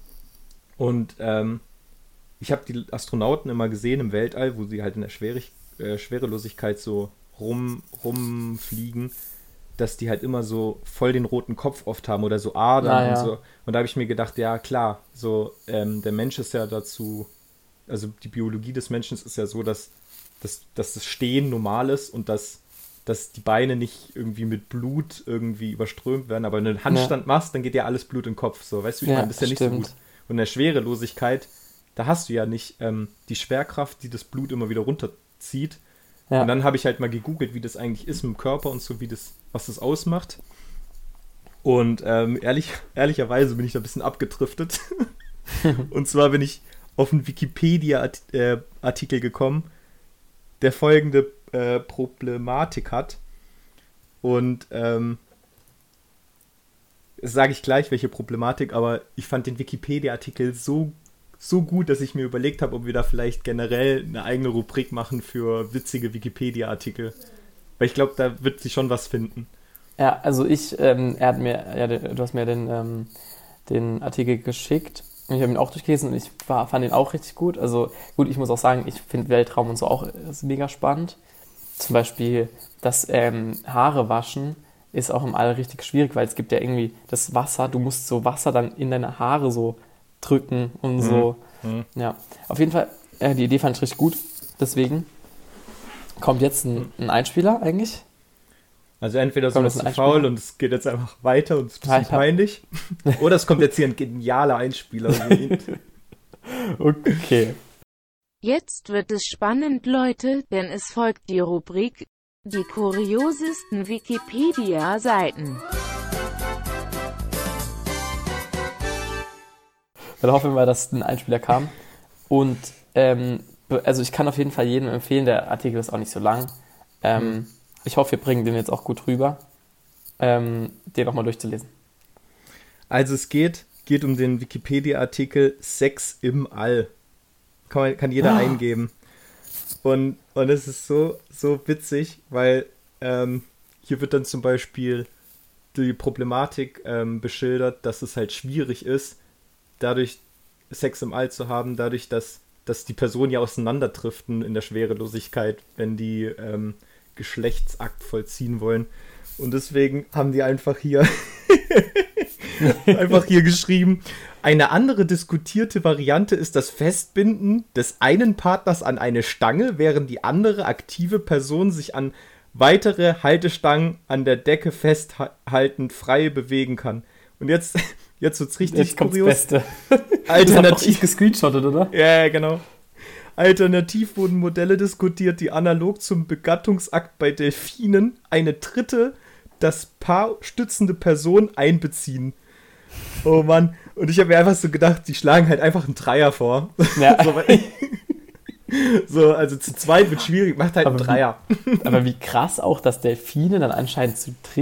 Und ähm, ich habe die Astronauten immer gesehen im Weltall, wo sie halt in der Schwerig- äh, Schwerelosigkeit so rum, rumfliegen, dass die halt immer so voll den roten Kopf oft haben oder so Adern ah, ja. und so. Und da habe ich mir gedacht, ja klar, so ähm, der Mensch ist ja dazu, also die Biologie des Menschen ist ja so, dass, dass, dass das Stehen normal ist und dass dass die Beine nicht irgendwie mit Blut irgendwie überströmt werden, aber wenn du einen Handstand ja. machst, dann geht ja alles Blut in den Kopf, so, weißt du, ich ja, meine, das ist ja stimmt. nicht so gut. Und in der Schwerelosigkeit, da hast du ja nicht ähm, die Schwerkraft, die das Blut immer wieder runterzieht. Ja. Und dann habe ich halt mal gegoogelt, wie das eigentlich ist mit dem Körper und so, wie das, was das ausmacht. Und ähm, ehrlich, ehrlicherweise bin ich da ein bisschen abgedriftet. Und zwar bin ich auf einen Wikipedia-Artikel gekommen, der folgende Äh, Problematik hat. Und ähm, sage ich gleich, welche Problematik, aber ich fand den Wikipedia-Artikel so, so gut, dass ich mir überlegt habe, ob wir da vielleicht generell eine eigene Rubrik machen für witzige Wikipedia-Artikel. Weil ich glaube, da wird sich schon was finden. Ja, also ich, ähm, er hat mir, ja, du hast mir den, ähm, den Artikel geschickt. Ich habe ihn auch durchgelesen und ich war, fand ihn auch richtig gut. Also gut, ich muss auch sagen, ich finde Weltraum und so auch ist mega spannend. Zum Beispiel das ähm, Haare waschen ist auch im All richtig schwierig, weil es gibt ja irgendwie das Wasser, du musst so Wasser dann in deine Haare so drücken und mhm. so. Mhm. Ja, auf jeden Fall, äh, die Idee fand ich richtig gut. Deswegen kommt jetzt ein, ein Einspieler eigentlich. Also entweder so ist es faul und es geht jetzt einfach weiter und es ist ein bisschen peinlich. Oder es kommt jetzt hier ein genialer Einspieler. Okay. Jetzt wird es spannend, Leute, denn es folgt die Rubrik Die kuriosesten Wikipedia-Seiten. Dann hoffen wir mal, dass ein Einspieler kam. Und ähm, also ich kann auf jeden Fall jedem empfehlen, der Artikel ist auch nicht so lang. Ähm, mhm. Ich hoffe, wir bringen den jetzt auch gut rüber, ähm, den auch mal durchzulesen. Also es geht, geht um den Wikipedia-Artikel Sex im All. Kann, man, kann jeder ah. eingeben. Und, und es ist so, so witzig, weil ähm, hier wird dann zum Beispiel die Problematik ähm, beschildert, dass es halt schwierig ist, dadurch Sex im All zu haben, dadurch, dass, dass die Personen ja auseinanderdriften in der Schwerelosigkeit, wenn die ähm, Geschlechtsakt vollziehen wollen. Und deswegen haben die einfach hier einfach hier geschrieben, eine andere diskutierte Variante ist das Festbinden des einen Partners an eine Stange, während die andere aktive Person sich an weitere Haltestangen an der Decke festhaltend frei bewegen kann. Und jetzt, jetzt wird's richtig jetzt kurios. Jetzt kommt's Beste. Alternativ. Das hab auch ich gescreenshottet, oder? Ja, genau. Alternativ wurden Modelle diskutiert, die analog zum Begattungsakt bei Delfinen eine dritte, das Paar stützende Person einbeziehen. Oh Mann. Und ich habe mir einfach so gedacht, die schlagen halt einfach einen Dreier vor. Ja. so, so, also zu zweit wird schwierig, macht halt aber einen Dreier. Wie, aber wie krass auch, dass Delfine dann anscheinend zu dritt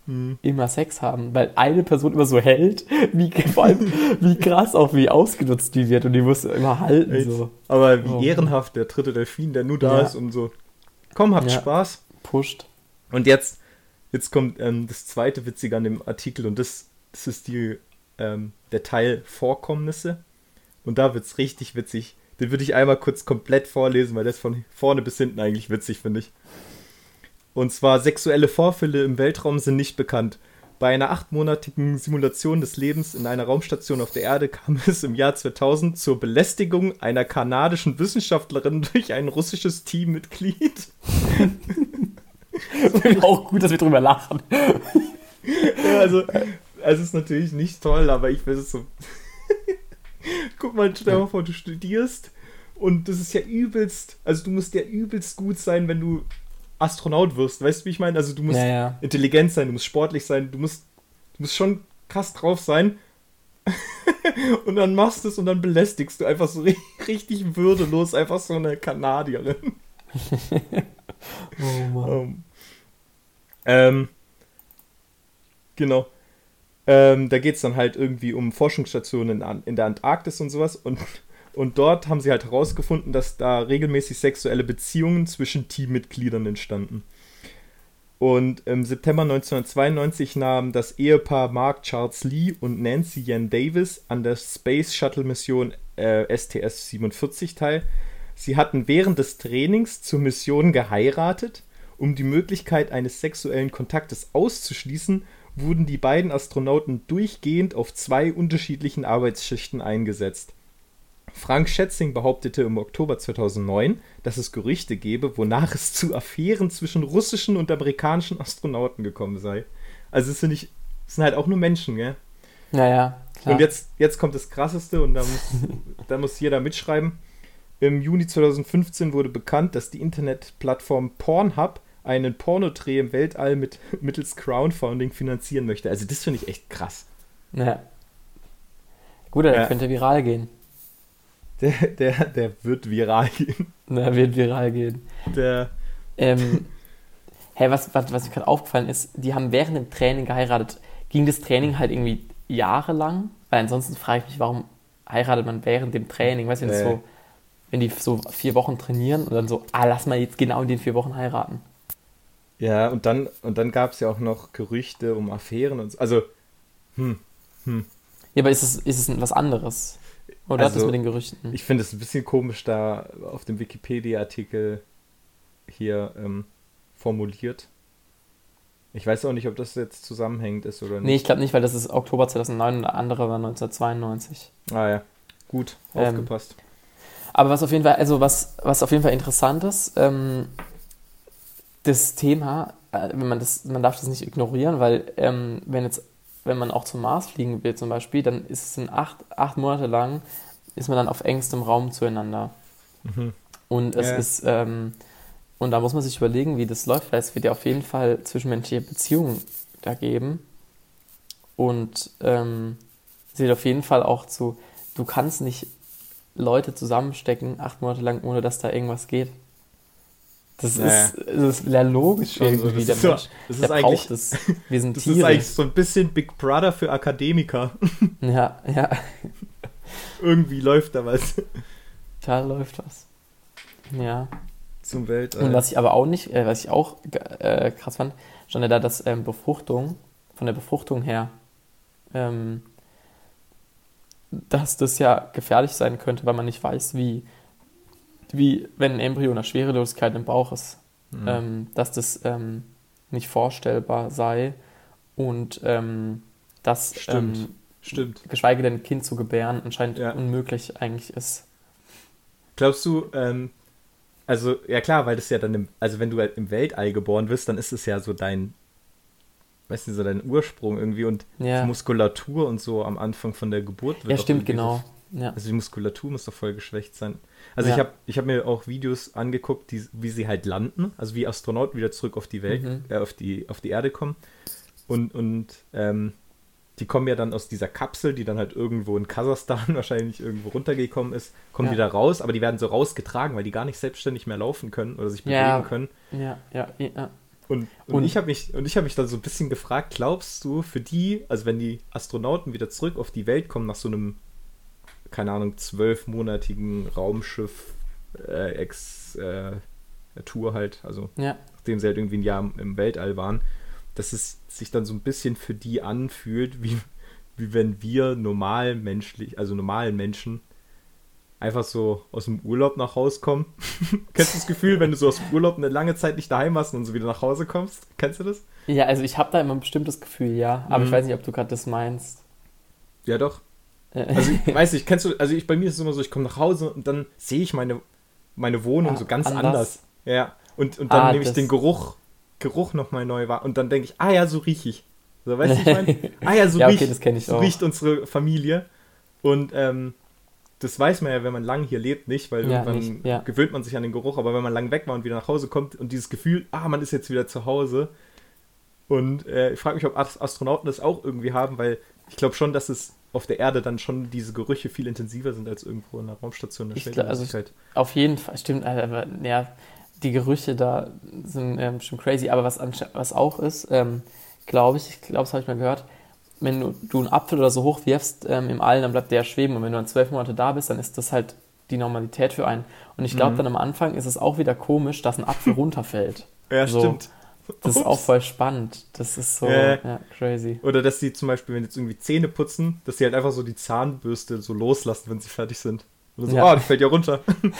hm. immer Sex haben, weil eine Person immer so hält, wie, vor allem, wie krass auch wie ausgenutzt die wird und die muss immer halten. So. Aber wie oh. ehrenhaft der dritte Delfin, der nur da ja. ist und so, komm, habt ja. Spaß. Pusht. Und jetzt, jetzt kommt ähm, das zweite Witzige an dem Artikel und das, das ist die, ähm, der Teil Vorkommnisse. Und da wird's richtig witzig. Den würde ich einmal kurz komplett vorlesen, weil das von vorne bis hinten eigentlich witzig, finde ich. Und zwar, sexuelle Vorfälle im Weltraum sind nicht bekannt. Bei einer achtmonatigen Simulation des Lebens in einer Raumstation auf der Erde kam es im Jahr zweitausend zur Belästigung einer kanadischen Wissenschaftlerin durch ein russisches Teammitglied. Das finde ich auch gut, dass wir drüber lachen. Ja, also, es ist natürlich nicht toll, aber ich weiß es so... Guck mal, stell dir mal vor, du studierst und das ist ja übelst, also du musst ja übelst gut sein, wenn du Astronaut wirst, weißt du, wie ich meine? Also du musst ja, ja. intelligent sein, du musst sportlich sein, du musst, du musst schon krass drauf sein und dann machst du es und dann belästigst du einfach so richtig würdelos einfach so eine Kanadierin. Oh Mann. Um, ähm, genau. Ähm, da geht es dann halt irgendwie um Forschungsstationen in, in der Antarktis und sowas und, und dort haben sie halt herausgefunden, dass da regelmäßig sexuelle Beziehungen zwischen Teammitgliedern entstanden. Und im September neunzehnhundertzweiundneunzig nahm das Ehepaar Mark Charles Lee und Nancy Yen Davis an der Space Shuttle Mission äh, S T S siebenundvierzig teil. Sie hatten während des Trainings zur Mission geheiratet. Um die Möglichkeit eines sexuellen Kontaktes auszuschließen, wurden die beiden Astronauten durchgehend auf zwei unterschiedlichen Arbeitsschichten eingesetzt. Frank Schätzing behauptete im Oktober zweitausendneun, dass es Gerüchte gebe, wonach es zu Affären zwischen russischen und amerikanischen Astronauten gekommen sei. Also es sind, nicht, es sind halt auch nur Menschen, gell? Ja, ja, klar. Und jetzt, jetzt kommt das Krasseste und da muss, da muss jeder mitschreiben. Im Juni zweitausendfünfzehn wurde bekannt, dass die Internetplattform Pornhub einen Pornodreh im Weltall mit, mittels Crowdfunding finanzieren möchte. Also das finde ich echt krass. Ja. Gut, der ja. könnte viral gehen. Der, der, der wird viral gehen. Der wird viral gehen. Der... Ähm, hey, was, was, was mir gerade aufgefallen ist, die haben während dem Training geheiratet. Ging das Training halt irgendwie jahrelang? Weil ansonsten frage ich mich, warum heiratet man während dem Training? Weißt du, wenn, äh. so, wenn die so vier Wochen trainieren und dann so, ah, lass mal jetzt genau in den vier Wochen heiraten. Ja, und dann, und dann gab es ja auch noch Gerüchte um Affären und so. Also, hm, hm. Ja, aber ist es, ist es was anderes? Oder also, hat das mit den Gerüchten? Ich finde es ein bisschen komisch, da auf dem Wikipedia-Artikel hier ähm, formuliert. Ich weiß auch nicht, ob das jetzt zusammenhängend ist oder nicht. Nee, ich glaube nicht, weil das ist Oktober zweitausendneun und der andere war neunzehnhundertzweiundneunzig. Ah ja, gut, ähm, aufgepasst. Aber was auf jeden Fall, also was, was auf jeden Fall interessant ist, ähm, das Thema, wenn man das, man darf das nicht ignorieren, weil ähm, wenn jetzt, wenn man auch zum Mars fliegen will zum Beispiel, dann ist es in acht, acht Monate lang, ist man dann auf engstem Raum zueinander. Mhm. Und es ja. ist, ähm, und da muss man sich überlegen, wie das läuft, weil es wird ja auf jeden Fall zwischenmenschliche Beziehungen da geben. Und ähm, es wird auf jeden Fall auch zu, du kannst nicht Leute zusammenstecken, acht Monate lang, ohne dass da irgendwas geht. Das, naja. ist, das ist ja logisch schon irgendwie. Der Mensch, das der ist braucht es. Wir sind das Tiere. ist eigentlich so ein bisschen Big Brother für Akademiker. Ja, ja. Irgendwie läuft da was. Da läuft was. Ja. Zum Weltall. Und was ich aber auch nicht, äh, was ich auch äh, krass fand, stand ja da, dass ähm, Befruchtung, von der Befruchtung her, ähm, dass das ja gefährlich sein könnte, weil man nicht weiß, wie wie wenn ein Embryo in der Schwerelosigkeit im Bauch ist, mhm. ähm, dass das ähm, nicht vorstellbar sei und ähm, dass Stimmt. Ähm, Stimmt. geschweige denn ein Kind zu gebären anscheinend ja. unmöglich eigentlich ist. Glaubst du, ähm, also ja klar, weil das ja dann, im, also wenn du halt im Weltall geboren wirst, dann ist es ja so dein, weißt du, so dein Ursprung irgendwie und ja. die Muskulatur und so am Anfang von der Geburt wird ja, stimmt, genau. So, ja. Also die Muskulatur muss doch voll geschwächt sein. Also ja. ich habe ich hab mir auch Videos angeguckt, die, wie sie halt landen, also wie Astronauten wieder zurück auf die Welt, mhm. äh, auf die, auf die Erde kommen. Und, und ähm, die kommen ja dann aus dieser Kapsel, die dann halt irgendwo in Kasachstan wahrscheinlich irgendwo runtergekommen ist, kommen ja. die da raus, aber die werden so rausgetragen, weil die gar nicht selbstständig mehr laufen können oder sich bewegen ja. können. Ja, ja, ja. Und, und, und ich habe mich, und ich hab mich dann so ein bisschen gefragt, glaubst du, für die, also wenn die Astronauten wieder zurück auf die Welt kommen, nach so einem, keine Ahnung, zwölfmonatigen Raumschiff äh, Ex äh, Tour halt, also ja. nachdem sie halt irgendwie ein Jahr im Weltall waren, dass es sich dann so ein bisschen für die anfühlt, wie, wie wenn wir normal menschlich, also normalen Menschen einfach so aus dem Urlaub nach Hause kommen. Kennst du das Gefühl, wenn du so aus dem Urlaub eine lange Zeit nicht daheim warst und so wieder nach Hause kommst? Kennst du das? Ja, also ich habe da immer ein bestimmtes Gefühl, ja. Aber mhm. ich weiß nicht, ob du gerade das meinst. Ja, doch. Also ich weiß nicht, kennst du, also ich, bei mir ist es immer so, ich komme nach Hause und dann sehe ich meine, meine Wohnung ah, so ganz anders. anders. Ja. Und, und dann ah, nehme ich den Geruch, Geruch nochmal neu wahr und dann denke ich, ah ja, so riech ich. So, weißt du, ich meine? Ah ja, so, ja, okay, riecht, das kenn ich so auch. riecht unsere Familie. Und ähm, das weiß man ja, wenn man lang hier lebt, nicht, weil ja, irgendwann nicht, ja. gewöhnt man sich an den Geruch, aber wenn man lang weg war und wieder nach Hause kommt und dieses Gefühl, ah, man ist jetzt wieder zu Hause. Und äh, ich frage mich, ob Astronauten das auch irgendwie haben, weil ich glaube schon, dass es auf der Erde dann schon diese Gerüche viel intensiver sind als irgendwo in einer Raumstation. In der ich, also ich, auf jeden Fall, stimmt, aber ja, die Gerüche da sind ähm, schon crazy, aber was, was auch ist, ähm, glaube ich, ich glaube, das habe ich mal gehört, wenn du, du einen Apfel oder so hochwirfst ähm, im All, dann bleibt der schweben und wenn du dann zwölf Monate da bist, dann ist das halt die Normalität für einen. Und ich glaube, mhm. dann am Anfang ist es auch wieder komisch, dass ein Apfel runterfällt. Ja, so. Stimmt. Das Ups. Ist auch voll spannend. Das ist so äh, ja, crazy. Oder dass sie zum Beispiel, wenn sie jetzt irgendwie Zähne putzen, dass sie halt einfach so die Zahnbürste so loslassen, wenn sie fertig sind. Oder so, ja. Oh, die fällt ja runter.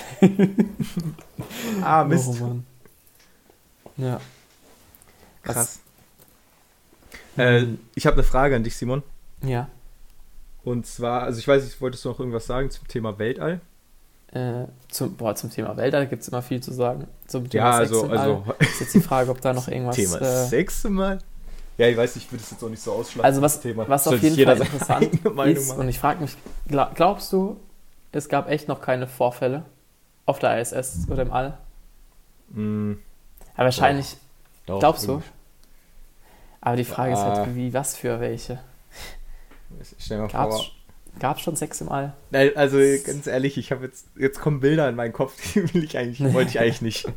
ah, Mist. Oh, Mann. Ja. Krass. Äh, ich habe eine Frage an dich, Simon. Ja. Und zwar, also ich weiß nicht, wolltest du noch irgendwas sagen zum Thema Weltall? Äh, zum, boah, zum Thema Weltall gibt es immer viel zu sagen. Zum Thema ja, also, Sex im also All ist jetzt die Frage, ob da noch irgendwas... Thema äh, Sex im All? Ja, ich weiß nicht, ich würde es jetzt auch nicht so ausschlagen. Also was, Thema. was auf jeden Fall interessant ist, und ich frage mich, glaubst du, es gab echt noch keine Vorfälle auf der I S S oder im All? Mm, Aber wahrscheinlich, doch, glaubst doch, du? Aber die Frage ja. ist halt, wie, was für welche? Stell mal Gab's, vor. Gab es schon Sex im All? Nein, also ganz ehrlich, ich habe jetzt, jetzt kommen Bilder in meinen Kopf, die will ich eigentlich, wollte ich eigentlich nicht.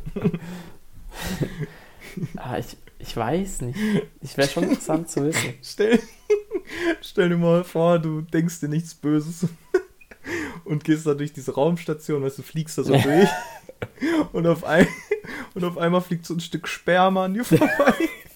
ah, ich, ich weiß nicht. Ich wäre schon interessant zu wissen. Stell, stell dir mal vor, du denkst dir nichts Böses und gehst da durch diese Raumstation, weißt du, fliegst da so durch und auf, ein, und auf einmal fliegt so ein Stück Sperma an dir vorbei.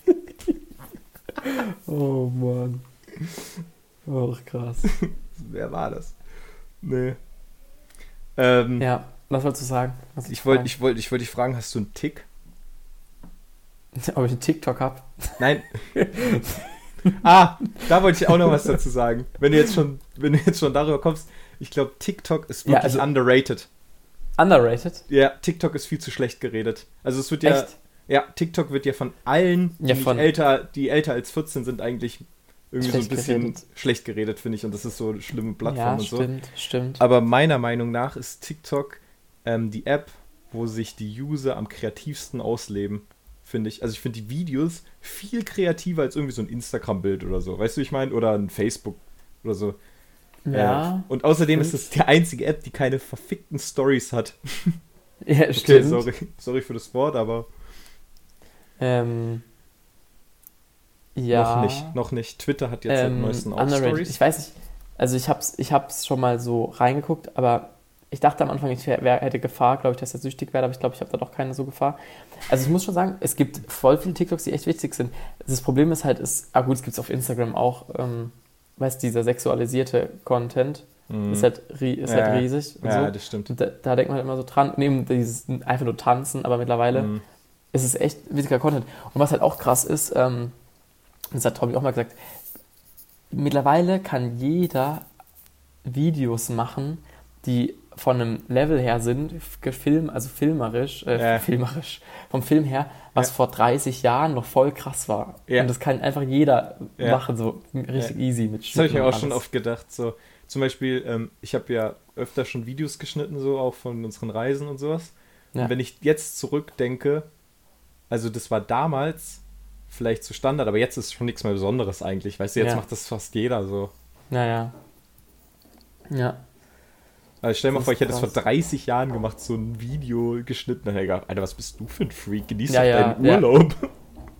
Oh Mann. Oh, krass. Wer war das? Nee. Ähm, ja, was wolltest du sagen? Was ich wollte ich wollt, ich wollt dich fragen, hast du einen Tick? Ob ich einen TikTok habe? Nein. ah, da wollte ich auch noch was dazu sagen. Wenn du jetzt schon, wenn du jetzt schon darüber kommst, ich glaube, TikTok ist wirklich ja, also underrated. Underrated? Ja, TikTok ist viel zu schlecht geredet. Also es wird ja... Echt? Ja, TikTok wird ja von allen, die, ja, von älter, die älter als vierzehn sind, eigentlich irgendwie schlecht so ein bisschen geredet. schlecht geredet, finde ich. Und das ist so eine schlimme Plattform ja, und so. stimmt, stimmt. Aber meiner Meinung nach ist TikTok ähm, die App, wo sich die User am kreativsten ausleben, finde ich. Also ich finde die Videos viel kreativer als irgendwie so ein Instagram-Bild oder so. Weißt du, wie ich meine? Oder ein Facebook oder so. Ja. Äh, und außerdem stimmt. Ist es die einzige App, die keine verfickten Stories hat. Ja, okay, stimmt. Sorry, sorry für das Wort, aber... Ähm, ja. Noch nicht, noch nicht. Twitter hat jetzt ähm, seit neuesten auch Stories. Ich weiß nicht, also ich hab's, ich hab's schon mal so reingeguckt, aber ich dachte am Anfang, ich wär, wär, hätte Gefahr, glaube ich, dass ich süchtig werde, aber ich glaube, ich habe da doch keine so Gefahr. Also ich muss schon sagen, es gibt voll viele TikToks, die echt witzig sind. Das Problem ist halt, ist, ah gut, es gibt es auf Instagram auch, ähm, weißt du, dieser sexualisierte Content mm. ist, halt, ist ja. halt riesig. Und ja, so. das stimmt. Und da, da denkt man halt immer so dran, neben dieses einfach nur tanzen, aber mittlerweile... Mm. Es ist echt witziger Content. Und was halt auch krass ist, ähm, das hat Tommy auch mal gesagt, mittlerweile kann jeder Videos machen, die von einem Level her sind, gefilm, also filmerisch, äh, ja. filmerisch, vom Film her, was ja. vor dreißig Jahren noch voll krass war. Ja. Und das kann einfach jeder ja. machen, so richtig ja. easy mit Schnitten. Das habe ich mir auch alles. schon oft gedacht. So, zum Beispiel, ähm, ich habe ja öfter schon Videos geschnitten, so auch von unseren Reisen und sowas. Ja. Und wenn ich jetzt zurückdenke, also das war damals vielleicht zu Standard, aber jetzt ist schon nichts mehr Besonderes eigentlich. Weißt du, jetzt ja. macht das fast jeder so. Naja. Ja. Also stell dir mal vor, ich hätte es vor dreißig Jahren gemacht, so ein Video geschnitten. Dann hätte ich gedacht, Alter, was bist du für ein Freak? Genieß ja, doch ja, deinen Urlaub.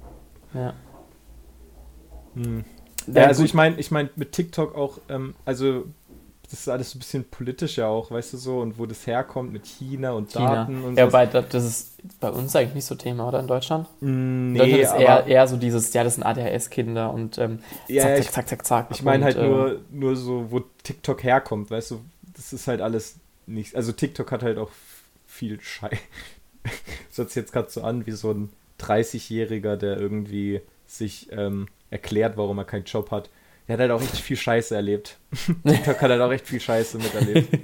Ja. Hm. Ja, Ja, also gut. ich meine, ich meine mit TikTok auch, ähm, also das ist alles so ein bisschen politisch ja auch, weißt du so, und wo das herkommt mit China und China. Daten und Ja, so. wobei, das das ist bei uns eigentlich nicht so Thema, oder? In Deutschland? Mm, In Deutschland Nee, ist aber eher, eher so dieses, ja, das sind A D H S-Kinder und ähm, ja, zack, ja, zack, ich, zack, zack, zack. ich meine und, halt ähm, nur, nur so, wo TikTok herkommt, weißt du, das ist halt alles nicht, also TikTok hat halt auch viel Scheiß. Das hört sich jetzt gerade so an wie so ein dreißigjähriger, der irgendwie sich ähm, erklärt, warum er keinen Job hat. Der hat halt auch echt viel Scheiße erlebt. TikTok hat halt auch echt viel Scheiße miterlebt.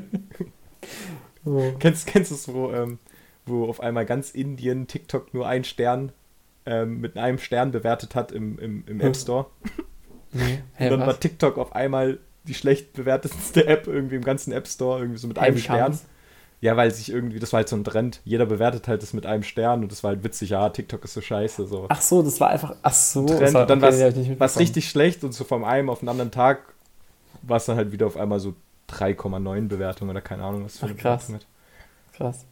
Oh. Kennst, kennst du es, wo, ähm, wo auf einmal ganz Indien TikTok nur einen Stern ähm, mit einem Stern bewertet hat im, im, im App Store? Nee. Hä, Und dann was? war TikTok auf einmal die schlecht bewertetste App irgendwie im ganzen App Store, irgendwie so mit Hä, einem wie Stern. kam's? Ja, weil sich irgendwie, das war halt so ein Trend. Jeder bewertet halt das mit einem Stern und das war halt witzig, ja, TikTok ist so scheiße. So. Ach so, das war einfach, ach so. Trend. das war, Und dann okay, war's- den hab ich nicht war es mitbekommen. richtig schlecht und so vom einen auf den anderen Tag war es dann halt wieder auf einmal so drei Komma neun Bewertung oder keine Ahnung, was für Ach, eine krass. Bewertung hat. Krass.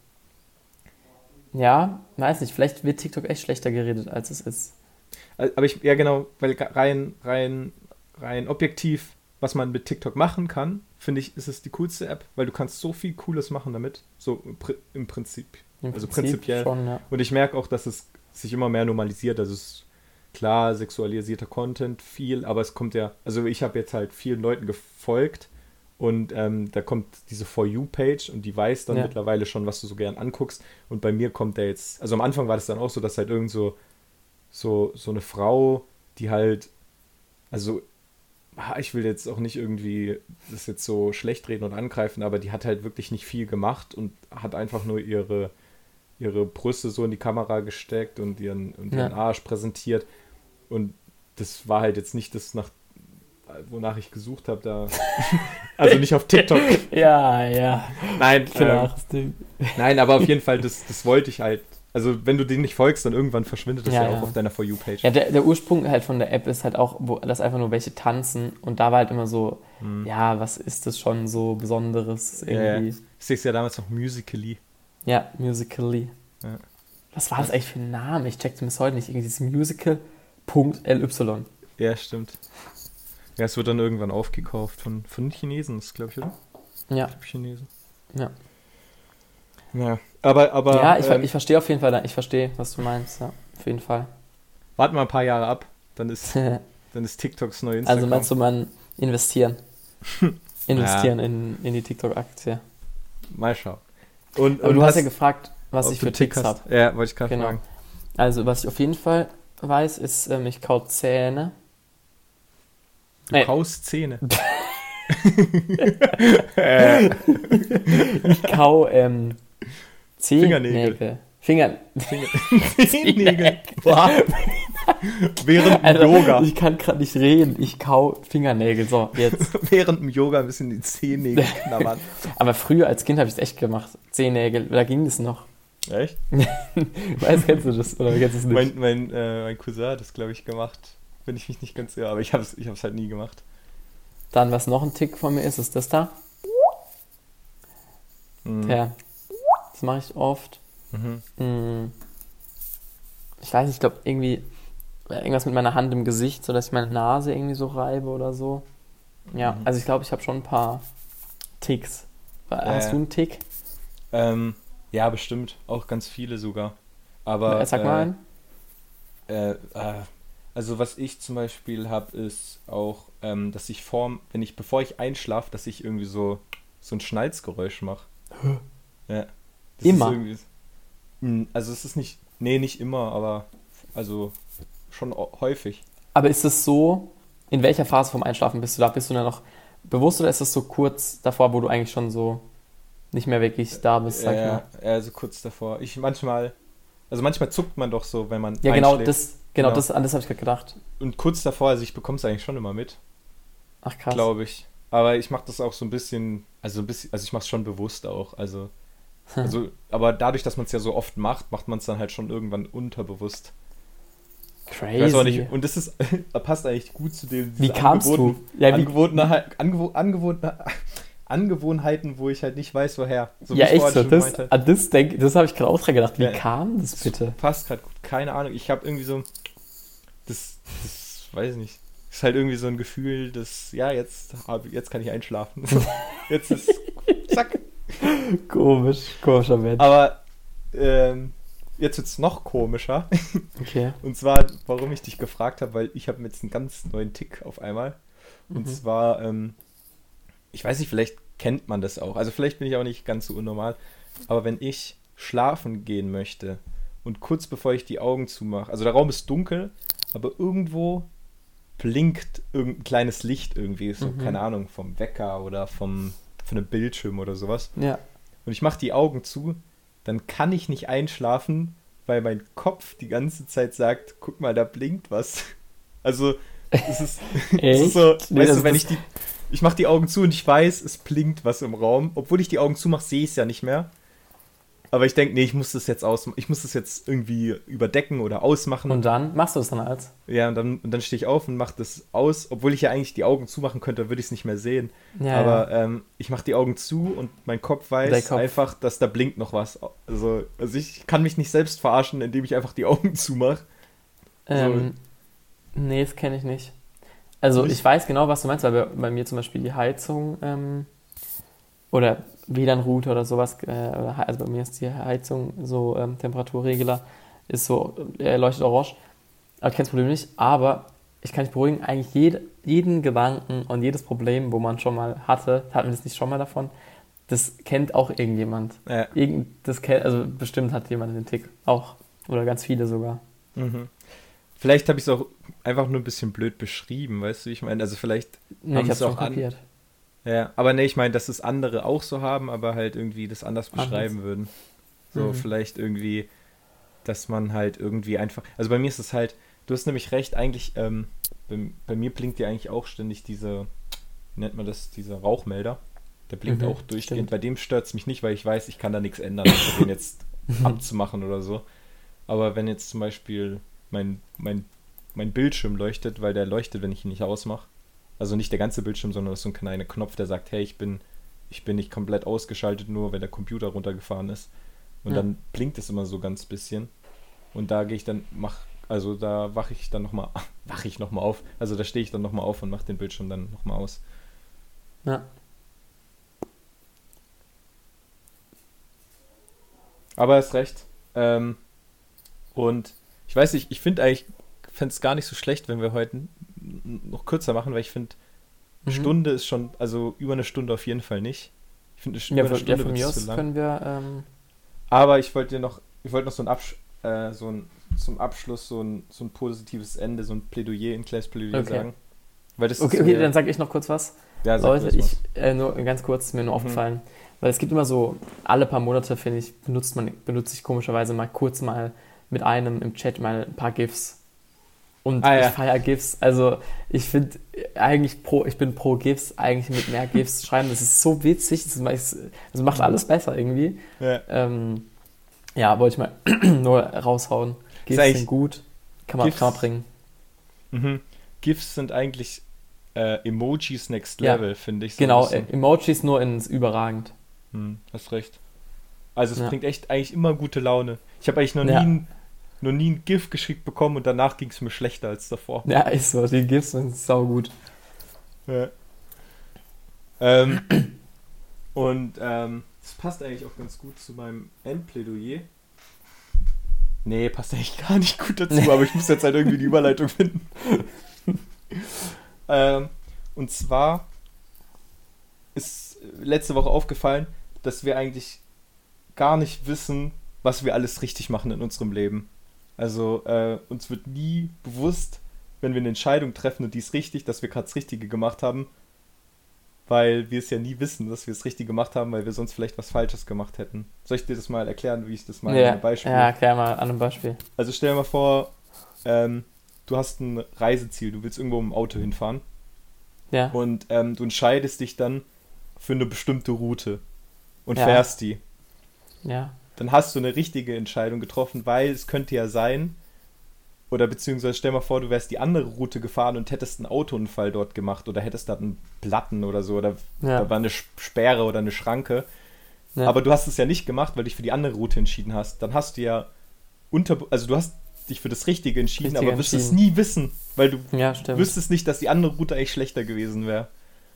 Ja, weiß nicht, vielleicht wird TikTok echt schlechter geredet, als es ist. Äh, Aber ich, ja genau, weil rein, rein, rein objektiv, was man mit TikTok machen kann, finde ich, ist es die coolste App, weil du kannst so viel Cooles machen damit. So im Pri- im Prinzip. Im Also Prinzip prinzipiell. schon, ja. Und ich merke auch, dass es sich immer mehr normalisiert. Also es ist klar, sexualisierter Content, viel, aber es kommt ja, also ich habe jetzt halt vielen Leuten gefolgt und ähm, da kommt diese For You-Page und die weiß dann Ja. mittlerweile schon, was du so gern anguckst. Und bei mir kommt der jetzt, also am Anfang war das dann auch so, dass halt irgend so, so, so eine Frau, die halt, also ah, ich will jetzt auch nicht irgendwie das jetzt so schlecht reden und angreifen, aber die hat halt wirklich nicht viel gemacht und hat einfach nur ihre, ihre Brüste so in die Kamera gesteckt und ihren, und ihren Ja. Arsch präsentiert. Und das war halt jetzt nicht das, nach, wonach ich gesucht habe, da. Also nicht auf TikTok. Ja, ja. Nein, ähm, Klares Ding. nein, aber auf jeden Fall, das, das wollte ich halt. Also wenn du den nicht folgst, dann irgendwann verschwindet das Ja, ja, ja. auch auf deiner For You-Page. Ja, der, der Ursprung halt von der App ist halt auch, wo, dass einfach nur welche tanzen und da war halt immer so, Hm. ja, was ist das schon so Besonderes Ja, ja. irgendwie? Ich sehe es ja damals noch Musical.ly. Ja, Musical.ly. Ja. Was war das eigentlich für ein Name? Ich check's bis heute nicht. Irgendwie dieses Musical.ly. Ja, stimmt. Ja, es wird dann irgendwann aufgekauft von, von Chinesen, das glaube ich, oder? Ja, Ich glaub, Chinesen. ja. Ja, aber, aber ja, ich, ver- ähm, ich verstehe auf jeden Fall, ich verstehe, was du meinst, ja, auf jeden Fall. warten wir ein paar Jahre ab, dann ist, dann ist TikToks neue Instagram. Also meinst du, man investieren? Investieren in, in die TikTok-Aktie. Mal schauen. Und, Aber und du hast was- ja gefragt, was ob ich du für Tick Ticks hast. habe. Ja, wollte ich gerade Genau. fragen. Also, was ich auf jeden Fall weiß, ist, ähm, ich kau Zähne. Du Nee. kaust Zähne. Ich kau ähm, Fingernägel. Zehennägel. Finger. Zehennägel. Boah. Während dem Alter, Yoga. Ich kann gerade nicht reden. Ich kau Fingernägel. So, jetzt. Während dem Yoga ein bisschen die Zehennägel knabbern. Aber früher als Kind habe ich es echt gemacht. Zehennägel. Da ging es noch. Echt? Weißt, kennst du das? Oder kennst du es nicht? Mein, mein, äh, mein Cousin hat das, glaube ich, gemacht. Wenn ich mich nicht ganz irre. Aber ich habe es ich hab's halt nie gemacht. Dann, was noch ein Tick von mir ist, ist das da. Mhm. Ja. Das mache ich oft. Mhm. Mm. Ich weiß nicht, ich glaube irgendwie irgendwas mit meiner Hand im Gesicht, sodass ich meine Nase irgendwie so reibe oder so. Ja, Mhm. also ich glaube, ich habe schon ein paar Ticks. Hast Äh, du einen Tick? Ähm, ja, bestimmt. Auch ganz viele sogar. Aber. Ja, Sag äh, mal einen. Äh, äh, also was ich zum Beispiel habe, ist auch, ähm, dass ich vorm, wenn ich, bevor ich einschlafe, dass ich irgendwie so, so ein Schnalzgeräusch mache. Ja. Das Immer? Ist irgendwie, Hm, also es ist nicht, nee, nicht immer, aber also schon o- häufig. Aber ist es so, in welcher Phase vom Einschlafen bist du da? Bist du da noch bewusst oder ist es so kurz davor, wo du eigentlich schon so nicht mehr wirklich da bist, sag ich Ja, mal? ja, also kurz davor. Ich manchmal, also manchmal zuckt man doch so, wenn man Ja, genau, einschläft. das, genau, Genau. das, an das habe ich gerade gedacht. Und kurz davor, also ich bekomme es eigentlich schon immer mit. Ach krass. Glaube ich. Aber ich mache das auch so ein bisschen, also ein bisschen, also ich mache es schon bewusst auch. Also, also, aber dadurch, dass man es ja so oft macht, macht man es dann halt schon irgendwann unterbewusst. Crazy. Ich weiß auch nicht. Und das ist, passt eigentlich gut zu dem. Wie diese kamst du? Angewohnten- Ja, wie, Angewohnheit, Angewo Angewohnheit, Angewohnheiten, wo ich halt nicht weiß, woher. So wie ja, ich echt vorhin so. schon Das, gemeint habe. an das, denk- das habe ich gerade auch dran gedacht. Wie Ja. kam das bitte? Passt gerade gut. Keine Ahnung. Ich habe irgendwie so, das, das weiß ich nicht. Ist halt irgendwie so ein Gefühl, dass, ja, jetzt, hab, jetzt kann ich einschlafen. Jetzt ist, zack. Komisch, komischer Mensch. Aber, ähm, jetzt wird's noch komischer. Okay. Und zwar, warum ich dich gefragt habe, weil ich habe jetzt einen ganz neuen Tick auf einmal. Und mhm. zwar, ähm, ich weiß nicht, vielleicht kennt man das auch. Also vielleicht bin ich auch nicht ganz so unnormal. Aber wenn ich schlafen gehen möchte und kurz bevor ich die Augen zumache, also der Raum ist dunkel, aber irgendwo blinkt irgendein kleines Licht irgendwie, so, mhm. keine Ahnung, vom Wecker oder vom, von einem Bildschirm oder sowas. Ja. Und ich mache die Augen zu, dann kann ich nicht einschlafen, weil mein Kopf die ganze Zeit sagt, guck mal, da blinkt was. Also, es ist, es ist so, nee, weißt du, wenn ich die, ich mache die Augen zu und ich weiß, es blinkt was im Raum. Obwohl ich die Augen zumache, sehe ich es ja nicht mehr. Aber ich denke, nee, ich muss das jetzt aus, ich muss das jetzt irgendwie überdecken oder ausmachen. Und dann machst du es dann als? Ja, und dann, und dann stehe ich auf und mache das aus, obwohl ich ja eigentlich die Augen zumachen könnte, würde ich es nicht mehr sehen. Ja, aber ja. Ähm, ich mache die Augen zu und mein Kopf weiß Kopf. einfach, dass da blinkt noch was. Also, also ich kann mich nicht selbst verarschen, indem ich einfach die Augen zumache. Ähm, so. Nee, das kenne ich nicht. Also nicht? Ich weiß genau, was du meinst, weil bei mir zum Beispiel die Heizung ähm, oder W L A N-Router oder sowas, äh, also bei mir ist die Heizung so ähm, Temperaturregler, ist so, äh, leuchtet orange, aber kein Problem nicht, aber ich kann dich beruhigen, eigentlich jede, jeden Gedanken und jedes Problem, wo man schon mal hatte, hatten wir das nicht schon mal davon, das kennt auch irgendjemand. Ja. Irgend, das kennt, also bestimmt hat jemand den Tick, auch, oder ganz viele sogar. Mhm. Vielleicht habe ich es auch einfach nur ein bisschen blöd beschrieben, weißt du, ich meine, also vielleicht nee, haben ich es auch kapiert. Ja, aber nee, ich meine, dass es andere auch so haben, aber halt irgendwie das anders beschreiben anders. würden. So, mhm. vielleicht irgendwie, dass man halt irgendwie einfach, also bei mir ist es halt, du hast nämlich recht, eigentlich, ähm, bei, bei mir blinkt ja eigentlich auch ständig diese, wie nennt man das, dieser Rauchmelder. Der blinkt mhm, auch durchgehend. Stimmt. Bei dem stört es mich nicht, weil ich weiß, ich kann da nichts ändern, um den jetzt abzumachen oder so. Aber wenn jetzt zum Beispiel mein, mein, mein Bildschirm leuchtet, weil der leuchtet, wenn ich ihn nicht ausmache, also nicht der ganze Bildschirm, sondern das ist so ein kleiner Knopf, der sagt, hey, ich bin, ich bin nicht komplett ausgeschaltet, nur wenn der Computer runtergefahren ist. Und ja. dann blinkt es immer so ganz bisschen. Und da gehe ich dann, mach, also da wache ich dann nochmal, wache ich nochmal auf. Also da stehe ich dann nochmal auf und mache den Bildschirm dann nochmal aus. Ja. Aber ist recht. Ähm, und ich weiß nicht, ich finde eigentlich, fände es gar nicht so schlecht, wenn wir heute noch kürzer machen, weil ich finde, eine mhm. Stunde ist schon, also über eine Stunde auf jeden Fall nicht. Ich finde, eine, ja, über eine Stunde ja, von mir wird aus zu lang. Können wir, ähm Aber ich wollte dir noch, ich wollte noch so ein, Absch- äh, so ein zum Abschluss so ein, so ein positives Ende, so ein Plädoyer, ein kleines Plädoyer okay. sagen. Weil das okay, ist, okay, äh, dann sage ich noch kurz was. Ja, sag Leute, ich, äh, nur ganz kurz, ist mir nur mhm. aufgefallen, weil es gibt immer so, alle paar Monate, finde ich, benutzt man, benutze ich komischerweise mal kurz mal mit einem im Chat mal ein paar GIFs. Und ah, ich ja. feiere GIFs. Also ich finde eigentlich pro, ich bin pro GIFs, eigentlich mit mehr GIFs schreiben. Das ist so witzig, das macht, das macht alles besser irgendwie. Ja, ähm, ja wollte ich mal nur raushauen. GIFs sind gut, kann man, kann man bringen. Mhm. GIFs sind eigentlich äh, Emojis Next Level, ja, finde ich. So genau, äh, Emojis nur ins überragend. Hm, hast recht. Also es ja. bringt echt eigentlich immer gute Laune. Ich habe eigentlich noch ja. nie ein noch nie ein GIF geschickt bekommen und danach ging es mir schlechter als davor. Ja, ist so. Die GIFs sind saugut. Ja. Ähm, und ähm, das passt eigentlich auch ganz gut zu meinem Endplädoyer. Nee, passt eigentlich gar nicht gut dazu, aber ich muss jetzt halt irgendwie die Überleitung finden. ähm, und zwar ist letzte Woche aufgefallen, dass wir eigentlich gar nicht wissen, was wir alles richtig machen in unserem Leben. Also äh, uns wird nie bewusst, wenn wir eine Entscheidung treffen und die ist richtig, dass wir gerade das Richtige gemacht haben, weil wir es ja nie wissen, dass wir es richtig gemacht haben, weil wir sonst vielleicht was Falsches gemacht hätten. Soll ich dir das mal erklären, wie ich das mal ja, an einem Beispiel... Ja, erklär mal an einem Beispiel. Also stell dir mal vor, ähm, du hast ein Reiseziel, du willst irgendwo mit dem Auto hinfahren ja. und ähm, du entscheidest dich dann für eine bestimmte Route und ja. fährst die. Ja. Dann hast du eine richtige Entscheidung getroffen, weil es könnte ja sein, oder beziehungsweise stell mal vor, du wärst die andere Route gefahren und hättest einen Autounfall dort gemacht oder hättest da einen Platten oder so oder ja. da war eine Sperre oder eine Schranke. Ja. Aber du hast es ja nicht gemacht, weil du dich für die andere Route entschieden hast. Dann hast du ja unter, also du hast dich für das Richtige entschieden, Richtige aber wirst es entschieden. nie wissen, weil du Ja, stimmt. wüsstest nicht, dass die andere Route eigentlich schlechter gewesen wäre.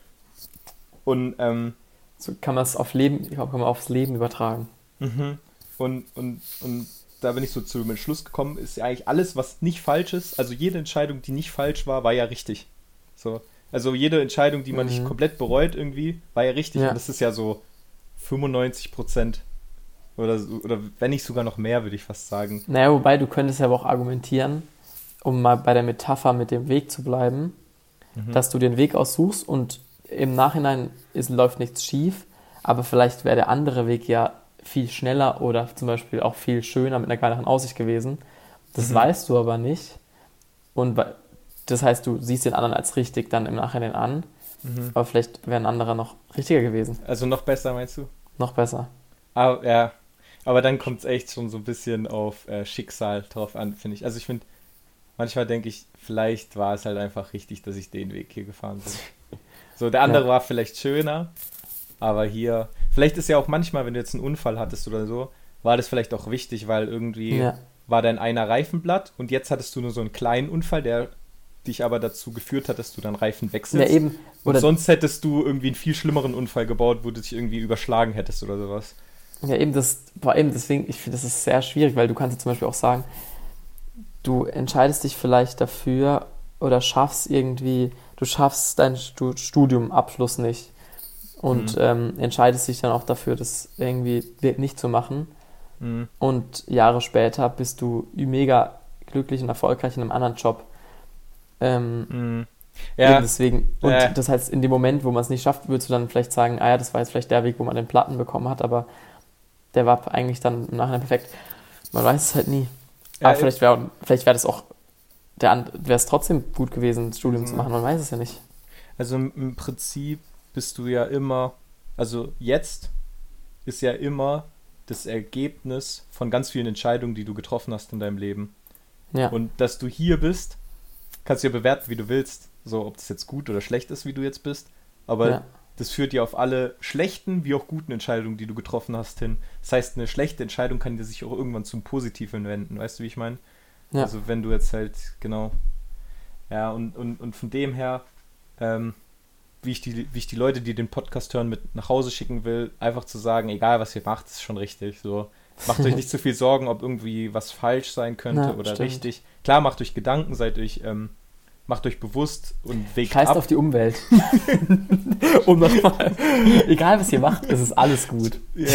Und, ähm, So kann man es auf Leben, ich glaube, kann man aufs Leben übertragen. mhm. und, und, und da bin ich so zu dem Entschluss gekommen, ist ja eigentlich alles, was nicht falsch ist, also jede Entscheidung, die nicht falsch war, war ja richtig. So. Also jede Entscheidung, die man Mhm. nicht komplett bereut irgendwie, war ja richtig. Ja. Und das ist ja so fünfundneunzig Prozent oder, so, oder wenn nicht sogar noch mehr, würde ich fast sagen. Naja, wobei du könntest ja aber auch argumentieren, um mal bei der Metapher mit dem Weg zu bleiben, Mhm. dass du den Weg aussuchst und im Nachhinein ist, läuft nichts schief, aber vielleicht wäre der andere Weg ja viel schneller oder zum Beispiel auch viel schöner mit einer geileren Aussicht gewesen. Das Mhm. weißt du aber nicht. Und bei- das heißt, du siehst den anderen als richtig dann im Nachhinein an, Mhm. aber vielleicht wäre ein anderer noch richtiger gewesen. Also noch besser, meinst du? Noch besser. Aber, ja, aber dann kommt es echt schon so ein bisschen auf äh, Schicksal drauf an, finde ich. Also ich finde, manchmal denke ich, vielleicht war es halt einfach richtig, dass ich den Weg hier gefahren bin. So, der andere Ja. war vielleicht schöner, aber hier, vielleicht ist ja auch manchmal, wenn du jetzt einen Unfall hattest oder so, war das vielleicht auch wichtig, weil irgendwie Ja. war dein einer Reifenblatt und jetzt hattest du nur so einen kleinen Unfall, der dich aber dazu geführt hat, dass du dann Reifen Ja, wechselst. eben. Und Oder sonst hättest du irgendwie einen viel schlimmeren Unfall gebaut, wo du dich irgendwie überschlagen hättest oder sowas. Ja, eben, das war eben deswegen, ich finde, das ist sehr schwierig, weil du kannst ja zum Beispiel auch sagen, du entscheidest dich vielleicht dafür oder schaffst irgendwie, du schaffst deinen Stu- Studiumabschluss nicht und Mhm. ähm, entscheidest dich dann auch dafür, das irgendwie nicht zu machen. Mhm. Und Jahre später bist du mega glücklich und erfolgreich in einem anderen Job. Ähm, Mhm. Eben Ja, deswegen, und Äh. das heißt, in dem Moment, wo man es nicht schafft, würdest du dann vielleicht sagen, ah ja, das war jetzt vielleicht der Weg, wo man den Platten bekommen hat, aber der war eigentlich dann im Nachhinein perfekt. Man weiß es halt nie. Ja, Aber vielleicht wäre vielleicht wär das auch, wäre es trotzdem gut gewesen, das Studium zu Mhm. machen, man weiß es ja nicht. also im, im Prinzip bist du ja immer, also jetzt ist ja immer das Ergebnis von ganz vielen Entscheidungen, die du getroffen hast in deinem Leben. Ja, Und dass du hier bist, kannst du ja bewerten, wie du willst. So, ob das jetzt gut oder schlecht ist, wie du jetzt bist. Aber ja, das führt ja auf alle schlechten wie auch guten Entscheidungen, die du getroffen hast, hin. Das heißt, eine schlechte Entscheidung kann dir sich auch irgendwann zum Positiven wenden. Weißt du, wie ich meine? ja. Also wenn du jetzt halt, genau. Ja, und, und, und von dem her, ähm, wie ich, die, wie ich die Leute, die den Podcast hören, mit nach Hause schicken will, einfach zu sagen, egal was ihr macht, ist schon richtig. So, macht euch nicht zu viel Sorgen, ob irgendwie was falsch sein könnte Na, oder stimmt. richtig. Klar, macht euch Gedanken, seid euch, ähm, macht euch bewusst und wägt Scheißt ab. auf die Umwelt. Und nochmal, egal was ihr macht, es ist alles gut. Ja.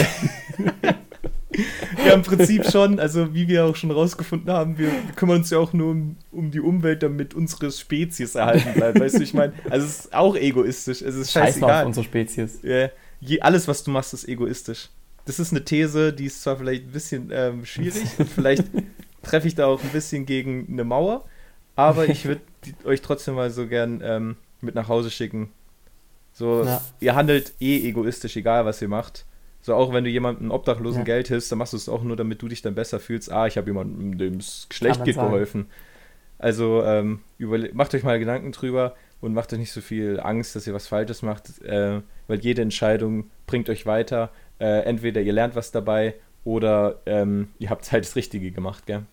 Ja, im Prinzip schon. Also wie wir auch schon rausgefunden haben, wir kümmern uns ja auch nur um, um die Umwelt, damit unsere Spezies erhalten bleibt. Weißt du, ich meine, also es ist auch egoistisch. Es ist Scheiß mal auf scheißegal. unsere Spezies. Ja, je, alles, was du machst, ist egoistisch. Das ist eine These, die ist zwar vielleicht ein bisschen ähm, schwierig und vielleicht treffe ich da auch ein bisschen gegen eine Mauer, aber ich würde euch trotzdem mal so gern ähm, mit nach Hause schicken. So, Ja. ihr handelt eh egoistisch, egal was ihr macht. So, auch wenn du jemandem Obdachlosen Ja. Geld hilfst, dann machst du es auch nur, damit du dich dann besser fühlst. Ah, ich habe jemandem, dem es schlecht man geht, sagen. geholfen. Also, ähm, überle- macht euch mal Gedanken drüber und macht euch nicht so viel Angst, dass ihr was Falsches macht, äh, weil jede Entscheidung bringt euch weiter. Äh, entweder ihr lernt was dabei oder ähm, ihr habt halt das Richtige gemacht, gell?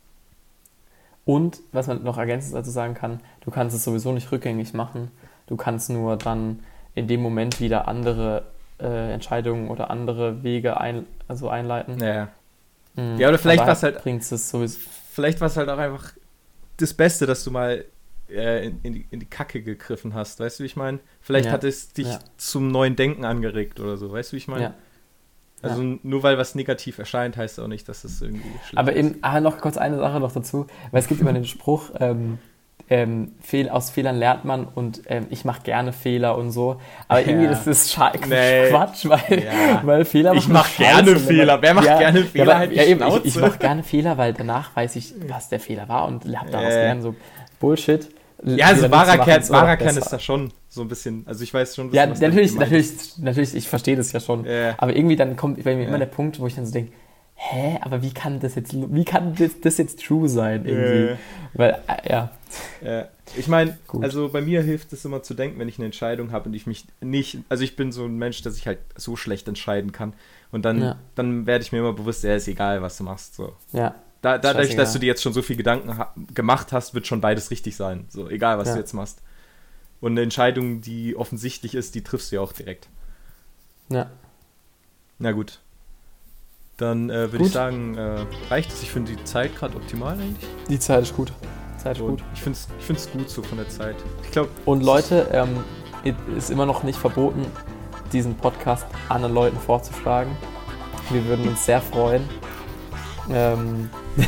Und, was man noch ergänzend dazu sagen kann, du kannst es sowieso nicht rückgängig machen. Du kannst nur dann in dem Moment wieder andere äh, Entscheidungen oder andere Wege ein, also einleiten. Ja, Mhm. Ja, oder vielleicht Aber war's halt- bringt es sowieso. vielleicht war es halt auch einfach das Beste, dass du mal äh, in, in, die, in die Kacke gegriffen hast, weißt du, wie ich meine? Vielleicht Ja. hat es dich Ja. zum neuen Denken angeregt oder so, weißt du, wie ich meine? Ja. Also nur weil was negativ erscheint, heißt auch nicht, dass es irgendwie schlecht Aber ist. eben, ah, noch kurz eine Sache noch dazu, weil es gibt immer den Spruch, ähm, ähm, Fehl, aus Fehlern lernt man und ähm, ich mache gerne Fehler und so. Aber Ja. irgendwie das ist scha- Nee. Quatsch, weil, Ja. weil Fehler Ich machen mach Scheiße, gerne wenn man- Fehler. Wer macht gerne ja, Fehler? aber, Halt die ja, eben, ich, Schnauze. ich mache gerne Fehler, weil danach weiß ich, was der Fehler war und hab daraus Äh. gelernt. So Bullshit. Ja, also Fehler nicht zu wahrer machen, Kern, ist immer wahrer noch Kern besser. ist da schon so ein bisschen, also ich weiß schon, Ja, was damit natürlich, gemeint natürlich, ist. natürlich, ich verstehe das ja schon. Ja. Aber irgendwie dann kommt bei mir Ja. immer der Punkt, wo ich dann so denke, hä, aber wie kann das jetzt, wie kann das, das jetzt true sein irgendwie? Ja. Weil, äh, ja, Ja, ich meine, Gut. also bei mir hilft es immer zu denken, wenn ich eine Entscheidung habe und ich mich nicht, also ich bin so ein Mensch, dass ich halt so schlecht entscheiden kann und dann, Ja. dann werde ich mir immer bewusst, ja, ist egal, was du machst, so. ja, Da, dadurch, dass du dir jetzt schon so viel Gedanken ha- gemacht hast, wird schon beides richtig sein. So, egal, was ja. du jetzt machst. Und eine Entscheidung, die offensichtlich ist, die triffst du ja auch direkt. Ja. Na gut. Dann äh, würde ich sagen, äh, reicht es? Ich finde die Zeit gerade optimal eigentlich. Die Zeit ist gut. Zeit ist Und gut. Ich finde es ich find's gut so von der Zeit. Ich glaube. Und Leute, ähm, ist immer noch nicht verboten, diesen Podcast anderen Leuten vorzuschlagen. Wir würden uns sehr freuen. Ähm.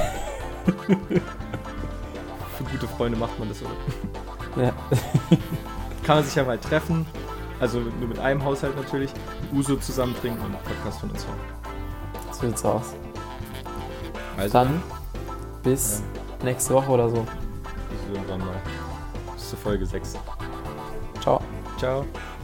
Für gute Freunde macht man das, oder? Ja. Kann man sich ja mal treffen. Also nur mit einem Haushalt natürlich. Uso zusammen trinken und einen Podcast von uns hören. So sieht's aus. Also, dann bis ja. nächste Woche oder so. Bis irgendwann mal. Bis zur Folge sechs. Ciao. Ciao.